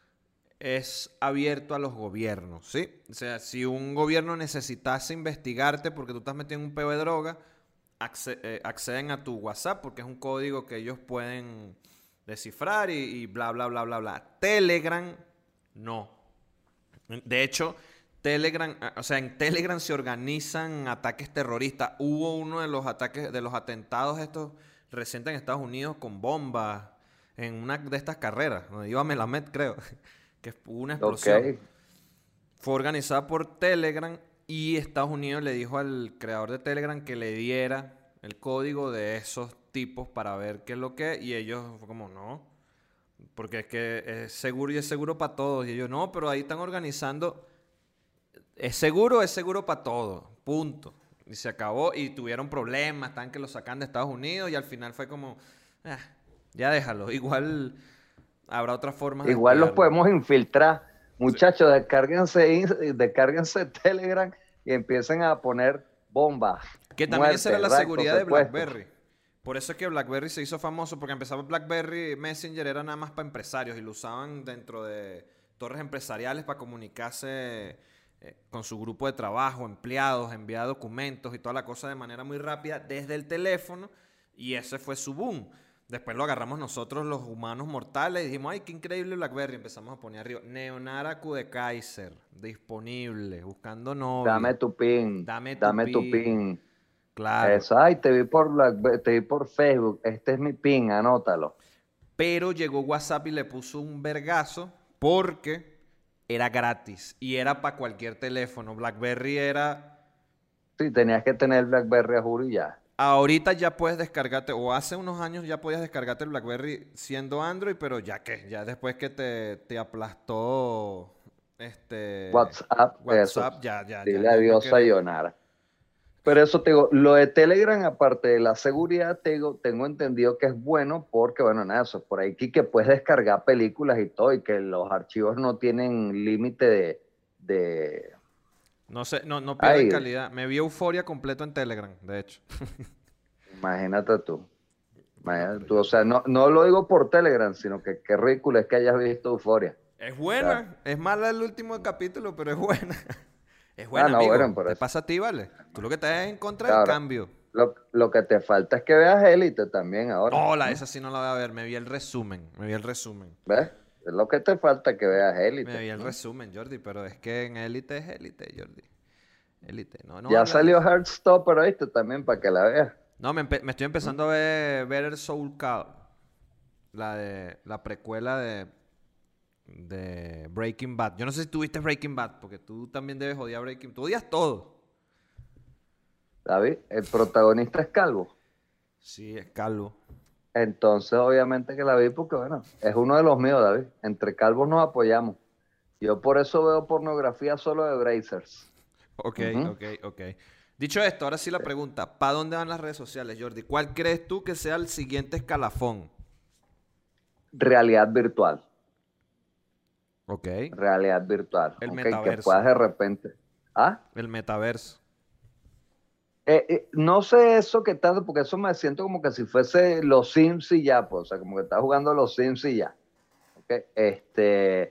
A: es abierto a los gobiernos, ¿sí? O sea, si un gobierno necesitase investigarte porque tú estás metido en un peo de droga, acce- eh, acceden a tu WhatsApp porque es un código que ellos pueden descifrar y, y bla, bla, bla, bla, bla. Telegram, no. De hecho, Telegram, eh, o sea, en Telegram se organizan ataques terroristas. Hubo uno de los ataques, de los atentados estos recientes en Estados Unidos con bombas en una de estas carreras, donde iba Melamed, creo, que hubo una
B: Ok,
A: explosión. Fue organizada por Telegram y Estados Unidos le dijo al creador de Telegram que le diera el código de esos tipos para ver qué es lo que es. Y ellos fue como, no, porque es que es seguro y es seguro para todos. Y ellos, no, pero ahí están organizando. Es seguro, es seguro para todos. Punto. Y se acabó. Y tuvieron problemas, están que lo sacan de Estados Unidos. Y al final fue como, "Ah, ya déjalo. Igual habrá otras formas de
B: igual los
A: espiarlo".
B: podemos infiltrar.
A: Sí.
B: Muchachos, descárguense, in- descárguense Telegram y empiecen a poner bombas,
A: Que también esa era
B: muerte,
A: la
B: rapto,
A: seguridad de
B: secuestro.
A: BlackBerry. Por eso es que BlackBerry se hizo famoso, porque empezaba BlackBerry Messenger, era nada más para empresarios y lo usaban dentro de torres empresariales para comunicarse eh, con su grupo de trabajo, empleados, enviar documentos y toda la cosa de manera muy rápida desde el teléfono, y ese fue su boom. Después lo agarramos nosotros los humanos mortales y dijimos, ay, qué increíble BlackBerry. Empezamos a poner arriba, Neonara Q de Kaiser, disponible, buscando
B: Dame
A: novia,
B: tu pin,
A: dame tu
B: dame tu
A: pin.
B: pin.
A: Claro.
B: Eso, ay, te vi por Blackbe- te vi por Facebook, este es mi pin, anótalo.
A: Pero llegó WhatsApp y le puso un vergazo porque era gratis y era para cualquier teléfono. BlackBerry era...
B: Sí, tenías que tener BlackBerry a juro y ya.
A: Ahorita ya puedes descargarte, o hace unos años ya podías descargarte el BlackBerry siendo Android, pero ya que, ya después que te, te aplastó este
B: WhatsApp, eso.
A: WhatsApp, ya, ya, ya,
B: Dile
A: ya no
B: adiós,
A: queremos.
B: sayonara. Pero eso te digo, lo de Telegram, aparte de la seguridad, te digo, tengo entendido que es bueno porque, bueno, nada, eso, por ahí que, que puedes descargar películas y todo, y que los archivos no tienen límite de, de...
A: No sé, no, no pierden
B: Ay,
A: calidad. Me vi Euforia completo en Telegram, de hecho.
B: imagínate tú.
A: Bueno,
B: Imagínate
A: pero
B: tú. O
A: yo...
B: sea, no, no lo digo por Telegram, sino que qué ridículo es que hayas visto Euforia.
A: Es
B: O sea,
A: buena, es mala el último capítulo, pero es buena. Es
B: ah,
A: buena,
B: no, bueno,
A: amigo.
B: por
A: Te
B: eso.
A: pasa a ti, ¿vale? Tú lo que estás en contra del
B: Claro,
A: cambio.
B: lo, lo que te falta es que veas Élite también ahora.
A: No, la
B: ¿Mm?
A: esa sí no la voy a ver. Me vi el resumen. Me vi el resumen.
B: ¿Ves? Es lo que te falta que veas
A: Me
B: Élite.
A: vi el
B: ¿Mm?
A: resumen, Jordi, pero es que en Élite es Élite, Jordi. Élite. No, no
B: Ya
A: hablas de
B: salió
A: eso.
B: Heartstopper, ¿viste? También para que la veas.
A: No, me, empe- me estoy
B: ¿Mm?
A: empezando a ver Better Soul Call. La de la precuela de, de Breaking Bad. Yo no sé si tú viste Breaking Bad, porque tú también debes odiar Breaking Bad. Tú odias todo.
B: David, el protagonista es calvo.
A: Sí, es calvo.
B: Entonces, obviamente que la vi porque, bueno, es uno de los míos, David. Entre calvos nos apoyamos. Yo por eso veo pornografía solo de Brazers.
A: Ok,
B: Ujú.
A: ok, ok. Dicho esto, ahora sí la pregunta, ¿para dónde van las redes sociales, Jordi? ¿Cuál crees tú que sea el siguiente escalafón?
B: Realidad virtual.
A: Ok.
B: Realidad virtual.
A: El
B: Ok, que
A: metaverso.
B: puedas de repente. ¿Ah?
A: El metaverso.
B: Eh, eh, no sé eso que tanto, porque eso me siento como que si fuese los Sims y ya, pues, o sea, como que estás jugando los Sims y ya. ¿Ok? Este,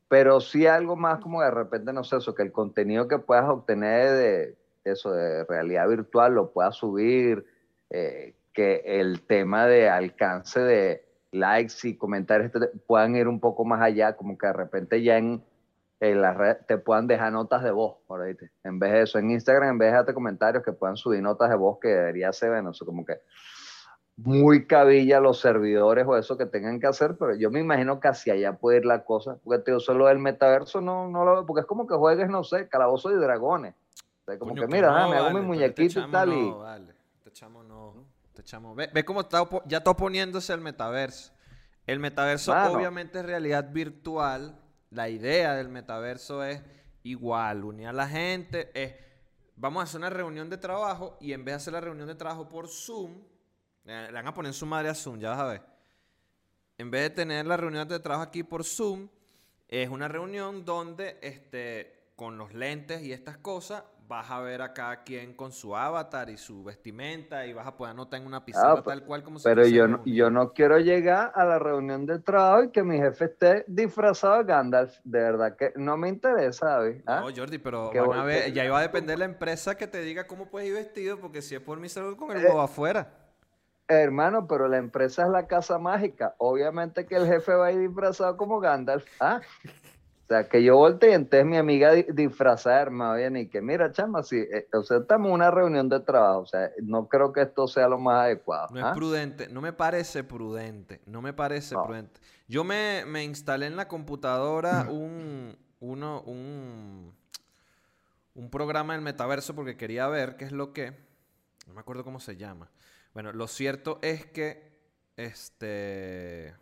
B: pero sí algo más como de repente, no sé, eso, que el contenido que puedas obtener de eso, de realidad virtual, lo puedas subir, eh, que el tema de alcance de likes y comentarios te- puedan ir un poco más allá, como que de repente ya en, en la red te puedan dejar notas de voz, por ahí, te- en vez de eso, en Instagram, en vez de dejarte comentarios, que puedan subir notas de voz, que debería ser, bueno, eso como que muy cabilla los servidores o eso que tengan que hacer, pero yo me imagino que hacia allá puede ir la cosa, porque te solo del metaverso no, no lo veo, porque es como que juegues, no sé, Calabozos y Dragones. O sea, como
A: Coño,
B: que
A: que
B: mira, ah,
A: no,
B: me hago mi
A: vale, pero este
B: muñequito y
A: chamo
B: tal,
A: no,
B: y
A: vale. Este chamo no. Este chamo. Ve, ve cómo está, opo- ya está oponiéndose al metaverso. El metaverso
B: mano,
A: obviamente es realidad virtual. La idea del metaverso es igual, unir a la gente. Es, vamos a hacer una reunión de trabajo y en vez de hacer la reunión de trabajo por Zoom, eh, le van a poner su madre a Zoom, ya vas a ver. En vez de tener la reunión de trabajo aquí por Zoom, es una reunión donde este, con los lentes y estas cosas vas a ver a cada quien con su avatar y su vestimenta y vas a poder anotar en una
B: ah,
A: pizarra
B: pe-
A: tal cual como si
B: pero
A: estuviese
B: yo no, yo
A: reunido.
B: no quiero llegar a la reunión de trabajo y que mi jefe esté disfrazado de Gandalf, de verdad que no me interesa, ¿sabes?
A: No,
B: ¿Ah?
A: Jordi, pero
B: Que
A: van
B: voy,
A: a
B: que
A: ver, ya iba a depender la empresa que te diga cómo puedes ir vestido, porque si es por mi salud con el huevo
B: eh,
A: afuera.
B: hermano, pero la empresa es la casa mágica, obviamente que el jefe va a ir disfrazado como Gandalf, ¿ah? O sea, que yo volteé y entonces mi amiga di- disfrazada, hermano, viene y que, mira, chama, sí, eh, o sea, estamos en una reunión de trabajo, o sea, no creo que esto sea lo más adecuado,
A: No es
B: ¿ah?
A: prudente, no me parece prudente, no me parece
B: No.
A: prudente. Yo me, me instalé en la computadora un, uno, un, un programa del metaverso porque quería ver qué es lo que... No me acuerdo cómo se llama. Bueno, lo cierto es que... Este...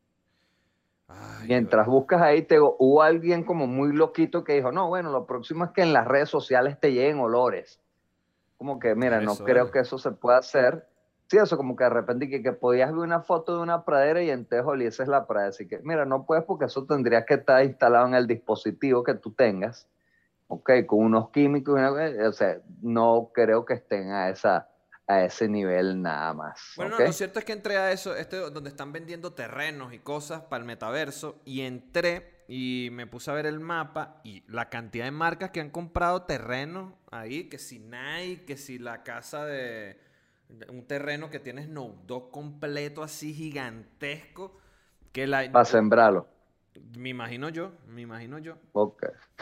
A: Ay, yo...
B: Mientras buscas ahí, te digo, hubo alguien como muy loquito que dijo, no, bueno, lo próximo es que en las redes sociales te lleguen olores. Como que,
A: ¿Qué
B: mira,
A: es
B: no
A: eso,
B: creo
A: vale?
B: que eso se pueda hacer. Sí, eso como que de repente que, que podías ver una foto de una pradera y entonces olieses la pradera. Así que, mira, no puedes porque eso tendría que estar instalado en el dispositivo que tú tengas, ok, con unos químicos, una- o sea, no creo que estén a esa, a ese nivel nada más,
A: Bueno,
B: ok.
A: no, lo cierto es que entré a eso, este donde están vendiendo terrenos y cosas para el metaverso, y entré y me puse a ver el mapa y la cantidad de marcas que han comprado terrenos ahí, que si Nike, que si la casa de, de un terreno que tiene Snoop Dogg completo así gigantesco, que la,
B: Para
A: la-
B: sembrarlo,
A: me imagino yo, me imagino yo.
B: ok.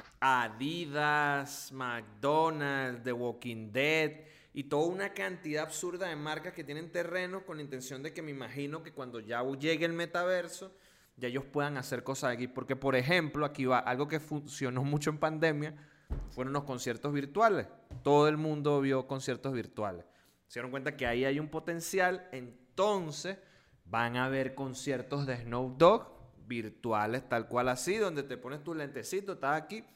A: Adidas, McDonald's, The Walking Dead y toda una cantidad absurda de marcas que tienen terrenos con la intención de que me imagino que cuando ya llegue el metaverso, ya ellos puedan hacer cosas aquí. Porque, por ejemplo, aquí va algo que funcionó mucho en pandemia, fueron los conciertos virtuales. Todo el mundo vio conciertos virtuales. Se dieron cuenta que ahí hay un potencial, entonces van a haber conciertos de Snoop Dogg virtuales, tal cual así, donde te pones tu lentecito, estás aquí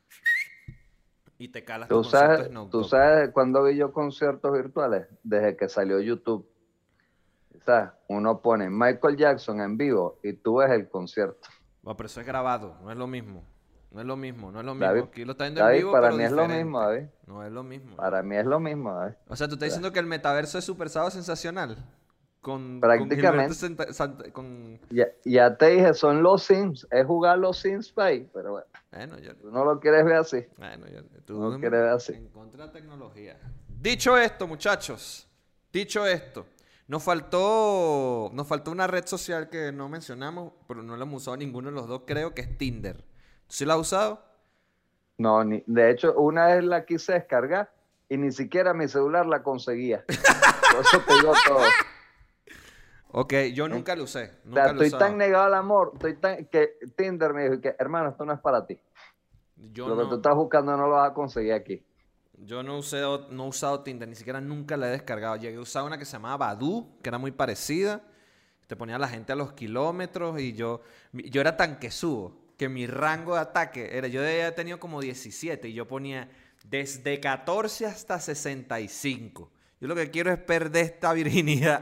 A: y te calas tu
B: Tú
A: concierto de
B: sabes,
A: Snoop
B: tú
A: Dogg.
B: sabes cuándo vi yo conciertos virtuales, desde que salió YouTube. O sea, uno pone Michael Jackson en vivo y tú ves el concierto.
A: Bueno, pero eso es grabado, no es lo mismo. No es lo mismo, no es lo mismo.
B: David,
A: Aquí lo está viendo en
B: David,
A: vivo,
B: para
A: pero
B: mí es lo mismo,
A: diferente.
B: David.
A: No es lo mismo, no es lo
B: Para
A: mismo.
B: mí es lo mismo, David.
A: O sea, tú estás
B: O sea,
A: diciendo que el metaverso es super sábado sensacional. Con, con Gilberto
B: prácticamente,
A: Santa- Santa- con...
B: ya, ya te dije, son los Sims, es jugar los Sims Pay, pero bueno,
A: Bueno, yo,
B: tú no lo quieres ver así.
A: bueno, yo,
B: No
A: tú
B: lo quieres ver así.
A: en contra de la tecnología. Dicho esto, muchachos, dicho esto, nos faltó, nos faltó una red social que no mencionamos, pero no la hemos usado ninguno de los dos, creo que es Tinder. ¿Tú sí la has usado?
B: No, ni, de hecho, una vez la quise descargar y ni siquiera mi celular la conseguía. Por eso te digo todo.
A: Ok, yo
B: ¿Eh?
A: nunca lo usé,
B: O sea,
A: nunca lo he
B: estoy tan
A: usado.
B: negado al amor, estoy tan que Tinder me dijo que, hermano, esto no es para ti.
A: Yo
B: Lo que tú
A: no,
B: estás buscando no lo vas a conseguir aquí.
A: yo no usé, no he usado Tinder, ni siquiera nunca la he descargado. Llegué a usar una que se llamaba Badoo, que era muy parecida. Te ponía a la gente a los kilómetros y yo, yo era tan quesudo que mi rango de ataque era, yo había tenido como diecisiete y yo ponía desde catorce hasta sesenta y cinco. Yo lo que quiero es perder esta virginidad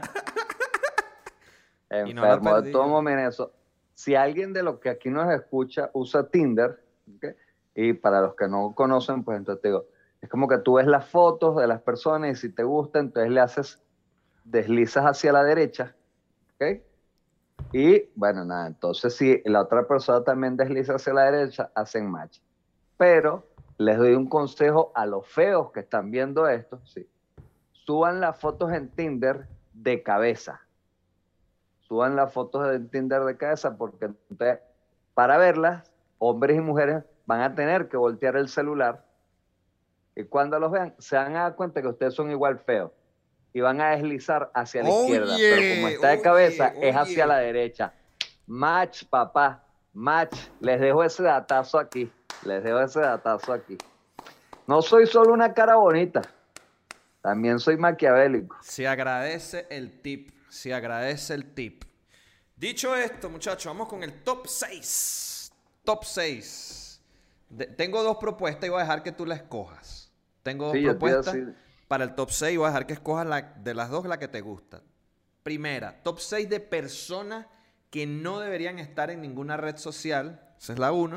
A: y no la
B: Enfermo de
A: perdí
B: todo
A: yo.
B: momento eso. Si alguien de los que aquí nos escucha usa Tinder, ¿ok? Y para los que no conocen, pues entonces te digo, es como que tú ves las fotos de las personas y si te gusta, entonces le haces, deslizas hacia la derecha, ¿ok? Y bueno, nada, entonces si la otra persona también desliza hacia la derecha, hacen match. Pero les doy un consejo a los feos que están viendo esto, sí. Suban las fotos en Tinder de cabeza. Suban las fotos en Tinder de cabeza porque entonces, para verlas, hombres y mujeres van a tener que voltear el celular y cuando los vean se van a dar cuenta que ustedes son igual feos y van a deslizar hacia la
A: Oye,
B: izquierda, pero como está de
A: oye,
B: cabeza es
A: oye.
B: hacia la derecha. Match, papá, match. Les dejo ese datazo aquí, les dejo ese datazo aquí. No soy solo una cara bonita, también soy maquiavélico.
A: Se agradece el tip, se agradece el tip. Dicho esto, muchachos, vamos con el top seis. Top seis. De, tengo dos propuestas y voy a dejar que tú la escojas. Tengo dos
B: Sí, yo te iba a
A: propuestas
B: decir-
A: para el top seis y voy a dejar que escojas la, de las dos la que te gusta. Primera, top seis de personas que no deberían estar en ninguna red social. Esa es la uno.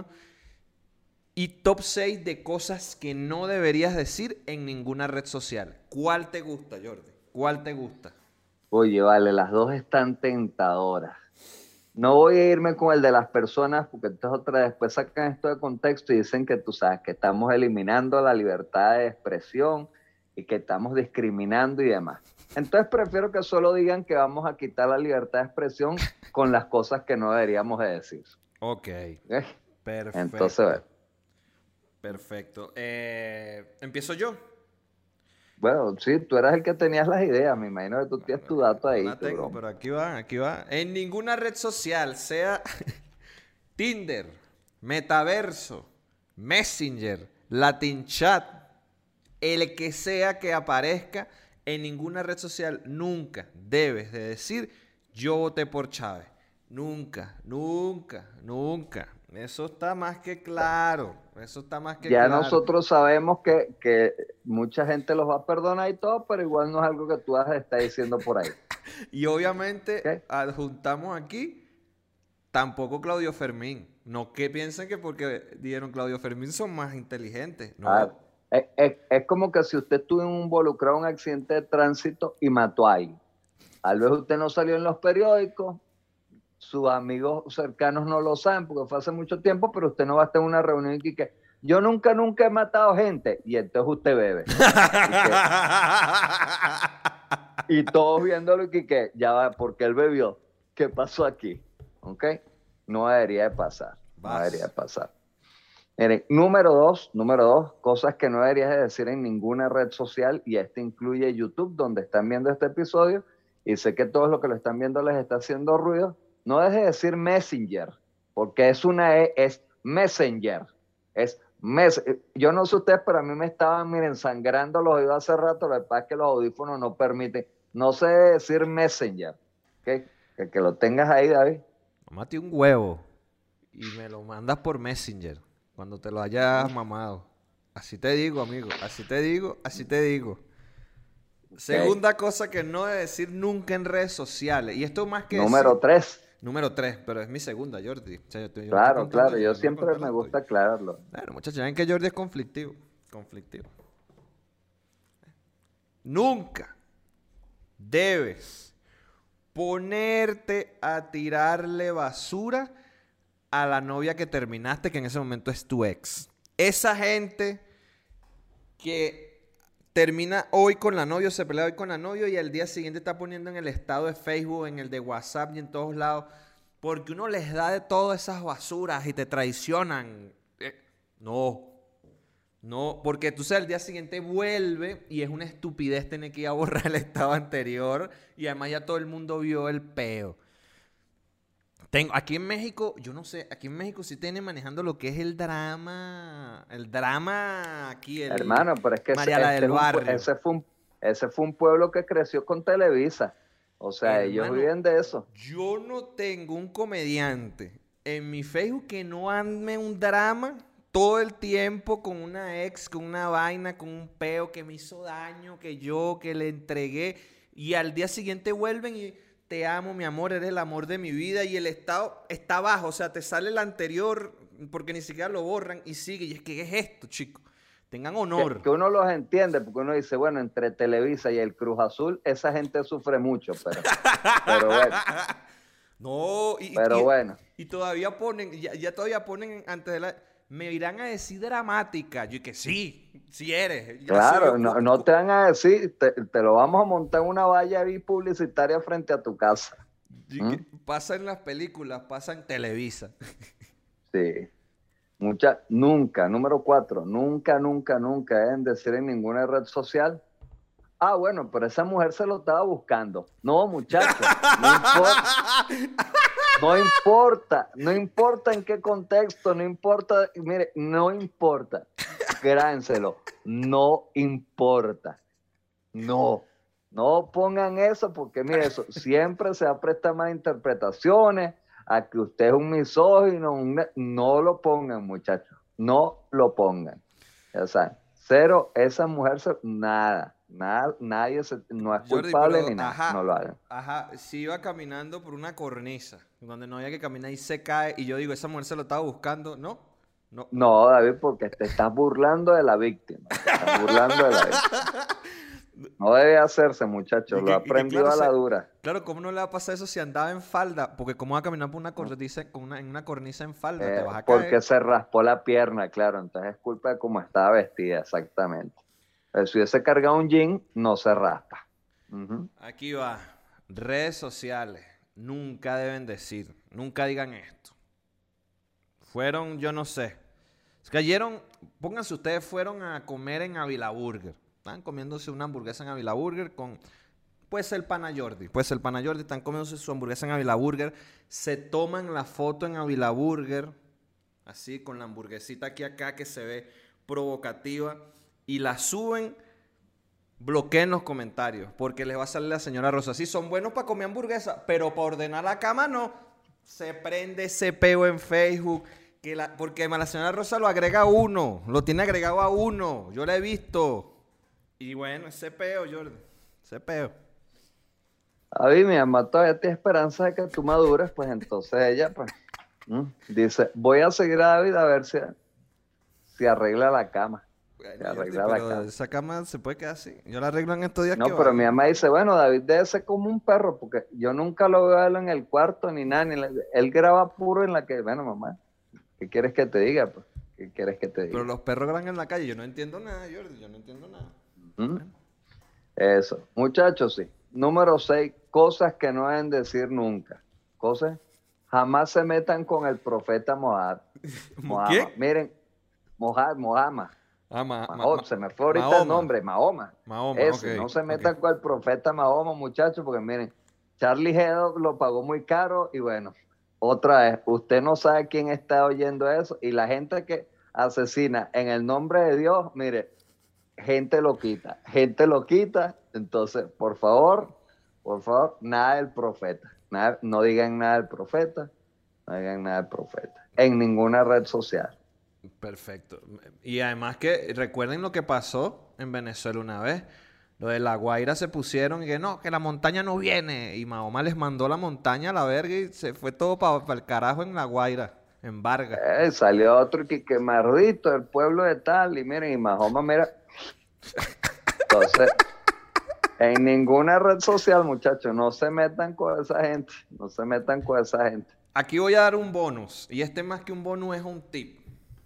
A: Y top seis de cosas que no deberías decir en ninguna red social. ¿Cuál te gusta, Jordi? ¿Cuál te gusta?
B: Oye, vale, las dos están tentadoras. No voy a irme con el de las personas, porque entonces otra vez después sacan esto de contexto y dicen que tú sabes que estamos eliminando la libertad de expresión y que estamos discriminando y demás. Entonces prefiero que solo digan que vamos a quitar la libertad de expresión con las cosas que no deberíamos de decir.
A: Ok.
B: ¿Eh?
A: Perfecto.
B: Entonces, bueno.
A: Perfecto. Eh, ¿Empiezo yo?
B: Bueno, sí, tú eras el que tenías las ideas, me imagino que tú tienes tu dato ahí.
A: No la
B: tu
A: tengo,
B: broma.
A: pero aquí va, aquí va. En ninguna red social, sea Tinder, Metaverso, Messenger, Latin Chat, el que sea que aparezca, en ninguna red social nunca debes de decir yo voté por Chávez. Nunca, nunca, nunca. Eso está más que claro. Eso está más que
B: Ya
A: claro.
B: nosotros sabemos que, que mucha gente los va a perdonar y todo, pero igual no es algo que tú vas a estar diciendo por ahí.
A: Y obviamente
B: ¿Ok?
A: adjuntamos aquí tampoco Claudio Fermín. No que piensen que porque dieron Claudio Fermín son más inteligentes. No.
B: Ah, es, es- es como que si usted estuvo involucrado en un accidente de tránsito y mató a alguien. Tal vez usted no salió en los periódicos, sus amigos cercanos no lo saben porque fue hace mucho tiempo, pero usted no va a estar en una reunión y que yo nunca, nunca he matado gente. Y entonces usted bebe. Y, que, y todos viéndolo y que, que ya va, porque él bebió. ¿Qué pasó aquí? ¿Ok? No debería de pasar. No
A: Vas.
B: debería de pasar. Miren, número dos, número dos, cosas que no deberías de decir en ninguna red social, y este incluye YouTube, donde están viendo este episodio, y sé que todos los que lo están viendo les está haciendo ruido. No dejes de decir Messenger, porque es una E, es Messenger, es mes. Yo no sé ustedes, pero a mí me estaban, miren, sangrando los oídos hace rato, lo que pasa es que los audífonos no permiten, no sé decir Messenger, ¿okay? Que, que lo tengas ahí, David.
A: Mate un huevo y me lo mandas por Messenger cuando te lo hayas mamado. Así te digo, amigo. Así te digo, así te digo. Okay. Segunda cosa que no debe decir nunca en redes sociales. Y esto más que
B: Número
A: decir,
B: tres.
A: Número tres, pero es mi segunda, Jordi. O sea, yo, yo
B: claro,
A: no
B: claro.
A: Yo,
B: yo
A: yo
B: siempre me gusta aclararlo.
A: Bueno, muchachos, ven que Jordi es conflictivo. Conflictivo. Nunca debes ponerte a tirarle basura a la novia que terminaste, que en ese momento es tu ex. Esa gente que termina hoy con la novia, o se pelea hoy con la novia y al día siguiente está poniendo en el estado de Facebook, en el de WhatsApp y en todos lados, porque uno les da de todas esas basuras y te traicionan. Eh, no. No, porque tú sabes, el día siguiente vuelve y es una estupidez tener que ir a borrar el estado anterior y además ya todo el mundo vio el peo. Tengo, aquí en México, yo no sé, aquí en México sí tienen manejando lo que es el drama, el drama aquí, el
B: Hermano, pero es que
A: María
B: ese,
A: la
B: este
A: del
B: un,
A: barrio.
B: ese, fue un, ese fue un pueblo que creció con Televisa. O sea,
A: Hermano,
B: ellos viven de eso.
A: Yo no tengo un comediante en mi Facebook que no ame un drama todo el tiempo con una ex, con una vaina, con un peo que me hizo daño, que yo, que le entregué, y al día siguiente vuelven y te amo, mi amor, eres el amor de mi vida, y el estado está bajo, o sea, te sale el anterior porque ni siquiera lo borran y sigue, y es que ¿qué es esto, chicos? Tengan honor.
B: Que, que uno los entiende, porque uno dice, bueno, entre Televisa y el Cruz Azul, esa gente sufre mucho, pero, pero bueno.
A: No, y,
B: Pero
A: y,
B: bueno.
A: y todavía ponen, ya, ya todavía ponen antes de la... Me irán a decir dramática. Yo y que sí, sí eres. Ya se
B: Claro,
A: veo...
B: no,
A: cu-
B: no
A: cu-
B: te van a decir, te, te lo vamos a montar en una valla ahí publicitaria frente a tu casa.
A: y
B: ¿Mm?
A: que pasa en las películas, pasa en Televisa.
B: Sí. Mucha, nunca, número cuatro, nunca, nunca, nunca deben decir en ninguna red social. Ah, bueno, pero esa mujer se lo estaba buscando. No, muchachos, no importa, no importa, no importa en qué contexto, no importa, mire, no importa. Gránselo, no importa. No, no pongan eso porque, mire, eso siempre se va a prestar más interpretaciones, a que usted es un misógino, un ne- no lo pongan, muchachos, no lo pongan. Ya saben, cero, esa mujer, se- nada, nada, nadie se- no es
A: Jordi,
B: culpable
A: pero
B: ni nada, no
A: ajá,
B: lo hagan.
A: ajá, si iba caminando por una cornisa, donde no había que caminar y se cae, y yo digo, esa mujer se lo estaba buscando, no, no.
B: No, David, porque te estás burlando de la víctima, te estás burlando de la víctima. No debe hacerse, muchachos,
A: Y
B: lo
A: que,
B: ha
A: y que
B: aprendido
A: claro,
B: a la
A: se-
B: dura.
A: claro, ¿cómo no le va a pasar eso si andaba en falda? Porque cómo va a caminar por una cornisa, con una, en una cornisa en falda, te
B: Eh,
A: vas a
B: porque
A: caer.
B: se raspó la pierna, claro, entonces es culpa de cómo estaba vestida, exactamente. Pero si hubiese cargado un jean, no se raspa. Ujú.
A: Aquí va, redes sociales, nunca deben decir, nunca digan esto. Fueron, yo no sé, cayeron, pónganse ustedes, fueron a comer en Avila Burger. Están comiéndose una hamburguesa en Avila Burger con, pues el pana Jordi. Pues el pana Jordi, están comiéndose su hamburguesa en Avila Burger. Se toman la foto en Avila Burger, así con la hamburguesita aquí acá que se ve provocativa. Y la suben, bloqueen los comentarios, porque les va a salir la señora Rosa. Sí, son buenos para comer hamburguesa, pero para ordenar la cama no. Se prende ese peo en Facebook. Que la, porque la señora Rosa lo agrega a uno, lo tiene agregado a uno, yo la he visto. Y bueno, ese peo, Jordi, ese peo.
B: A mí, mi mamá todavía tiene esperanza de que tú madures, pues entonces ella, pues, mm, dice, voy a seguir a David a ver si, si arregla la cama. Si
A: Bueno, Jordi,
B: arregla la
A: pero
B: cama.
A: esa cama se puede quedar así. Yo la arreglo en estos días que
B: No, pero mi
A: vaya.
B: mamá dice, bueno, David debe ser como un perro, porque yo nunca lo veo a él en el cuarto ni nada, ni la- él graba puro en la que, bueno, mamá, ¿qué quieres que te diga? Pues? ¿Qué quieres que te
A: Pero
B: diga?
A: los perros gran en la calle, yo no entiendo nada, Jordi, yo no entiendo nada.
B: ¿Mm? Eso. Muchachos, sí. Número seis, cosas que no deben decir nunca. Cosas, jamás se metan con el profeta Mohammed.
A: ¿Cómo
B: Mohammed.
A: quién?
B: Miren, Mohammed, Mohammed.
A: Ah, ma, ma,
B: Mahoma,
A: ma,
B: se me fue ahorita el
A: Mahoma.
B: nombre, Mahoma.
A: Mahoma,
B: Ese,
A: ok,
B: no se
A: ok.
B: metan con el profeta Mahoma, muchachos, porque miren, Charlie Hebdo lo pagó muy caro y bueno, otra vez, usted no sabe quién está oyendo eso y la gente que asesina en el nombre de Dios, mire, gente lo quita, gente lo quita, entonces, por favor, por favor, nada del profeta, nada, no digan nada del profeta, no digan nada del profeta, en ninguna red social.
A: Perfecto. Y además que recuerden lo que pasó en Venezuela una vez. Lo de La Guaira se pusieron y que no, que la montaña no viene. Y Mahoma les mandó la montaña a la verga y se fue todo para pa el carajo en La Guaira, en Vargas.
B: Eh, salió otro que, que maldito, el pueblo de tal, y miren, y Mahoma, mira. Entonces, en ninguna red social, muchachos, no se metan con esa gente, no se metan con esa gente.
A: Aquí voy a dar un bonus. Y este más que un bonus es un tip.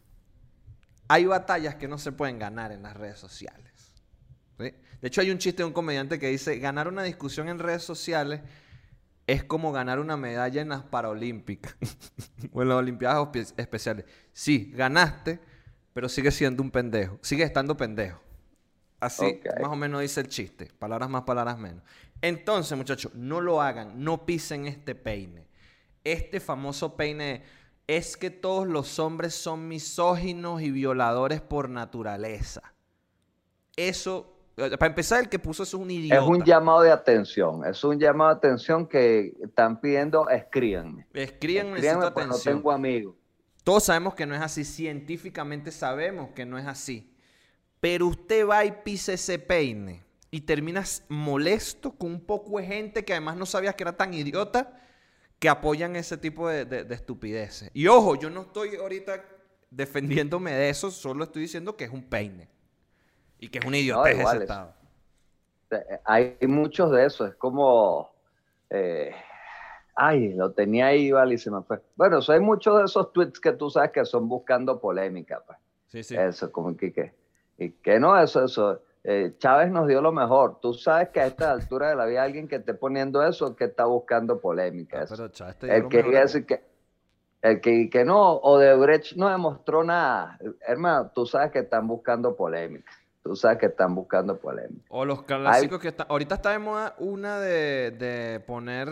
A: Hay batallas que no se pueden ganar en las redes sociales. ¿Sí? De hecho, hay un chiste de un comediante que dice, ganar una discusión en redes sociales es como ganar una medalla en las Paralímpicas o en las Olimpiadas Especiales. Sí, ganaste, pero sigues siendo un pendejo. Sigues estando pendejo. Así
B: Okay.
A: más o menos dice el chiste. Palabras más, palabras menos. Entonces, muchachos, no lo hagan. No pisen este peine. Este famoso peine es que todos los hombres son misóginos y violadores por naturaleza. Eso, para empezar, el que puso eso es un idiota.
B: Es un llamado de atención, es un llamado de atención que están pidiendo, escríbanme.
A: Escríbanme, necesito
B: Escríbanme porque no
A: atención.
B: tengo amigos.
A: Todos sabemos que no es así. Científicamente sabemos que no es así. Pero usted va y pisa ese peine y terminas molesto con un poco de gente que además no sabías que era tan idiota que apoyan ese tipo de, de, de estupideces. Y ojo, yo no estoy ahorita defendiéndome de eso, solo estoy diciendo que es un peine. Y que es una idiotez
B: No, igual,
A: ese
B: es-
A: estado.
B: Hay muchos de esos, es como... eh, Ay, lo tenía ahí, vale, y se me fue. Bueno, eso hay muchos de esos tweets que tú sabes que son buscando polémica, pues.
A: Sí, sí.
B: Eso, como que, que, y que no, eso, eso. Eh, Chávez nos dio lo mejor. Tú sabes que a esta altura de la vida alguien que esté poniendo eso, que está buscando polémica.
A: Ah,
B: Eso.
A: pero Chávez te dio
B: El
A: lo
B: que
A: mejor
B: iba a
A: a ti.
B: decir que, el que, que no, Odebrecht no demostró nada. Hermano, tú sabes que están buscando polémica. Tú sabes que están buscando polémica.
A: O los
B: Hay,
A: clásicos que están... Ahorita está de moda una de, de poner...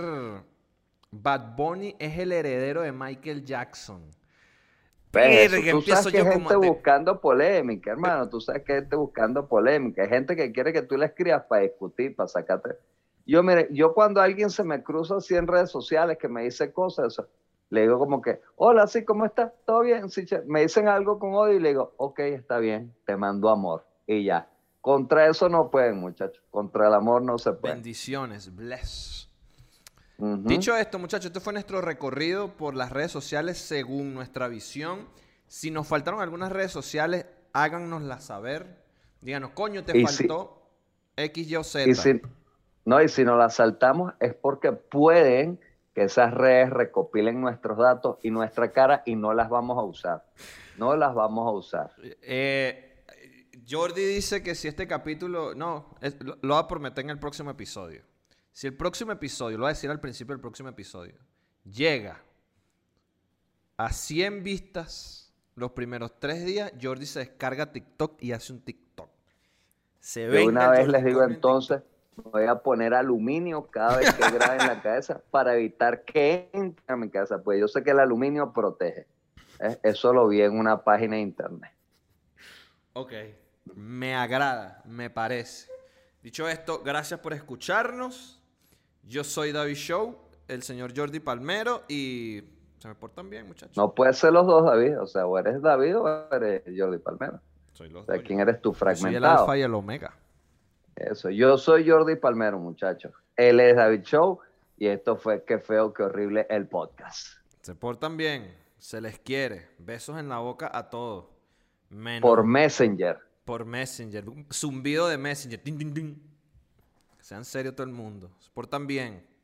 A: Bad Bunny es el heredero de Michael Jackson.
B: pues eso,
A: Verga,
B: tú sabes
A: empiezo
B: que hay
A: yo como...
B: gente
A: de-
B: buscando polémica, hermano. Tú sabes que hay gente buscando polémica. Hay gente que quiere que tú le escribas para discutir, para sacarte. Yo, mire, yo cuando alguien se me cruza así en redes sociales que me dice cosas, eso, le digo como que, hola, sí, ¿cómo estás? ¿Todo bien? Sí, che. Me dicen algo con odio y le digo, ok, está bien, te mando amor. Y ya. Contra eso no pueden, muchachos. Contra el amor no se puede.
A: Bendiciones, bless.
B: Ujú.
A: Dicho esto, muchachos, este fue nuestro recorrido por las redes sociales según nuestra visión. Si nos faltaron algunas redes sociales, háganoslas saber. Díganos, coño, te
B: Y si,
A: faltó X, Y o
B: y
A: Z.
B: si, no, y si nos la saltamos es porque pueden que esas redes recopilen nuestros datos y nuestra cara y no las vamos a usar. No las vamos a usar.
A: Eh, Jordi dice que si este capítulo... No, es- lo, lo va a prometer en el próximo episodio. Si el próximo episodio, lo voy a decir al principio del próximo episodio, llega a cien vistas los primeros tres días, Jordi se descarga TikTok y hace un TikTok. Se
B: Yo
A: venga
B: una
A: el
B: vez
A: Jordi
B: les digo
A: Cornio en
B: entonces, me voy a poner aluminio cada vez que grabe en la cabeza para evitar que entre a mi casa, pues yo sé que el aluminio protege. ¿Eh? Eso lo vi en una página de internet.
A: Ok, me agrada, me parece. Dicho esto, gracias por escucharnos. Yo soy David Show, el señor Jordi Palmero y se me portan bien, muchachos.
B: No puede ser los dos, David. O sea, o eres David o eres Jordi Palmero.
A: Soy los
B: O sea,
A: dos.
B: ¿quién eres tú?
A: Yo soy el
B: Fragmentado.
A: alfa y el omega.
B: Eso. Yo soy Jordi Palmero, muchachos. Él es David Show y esto fue Qué feo, qué horrible el podcast.
A: Se portan bien, se les quiere. Besos en la boca a todos. Menos
B: Por Messenger.
A: por Messenger. Un zumbido de Messenger. Tin, tin, tin. Que sean serios todo el mundo. Se portan bien.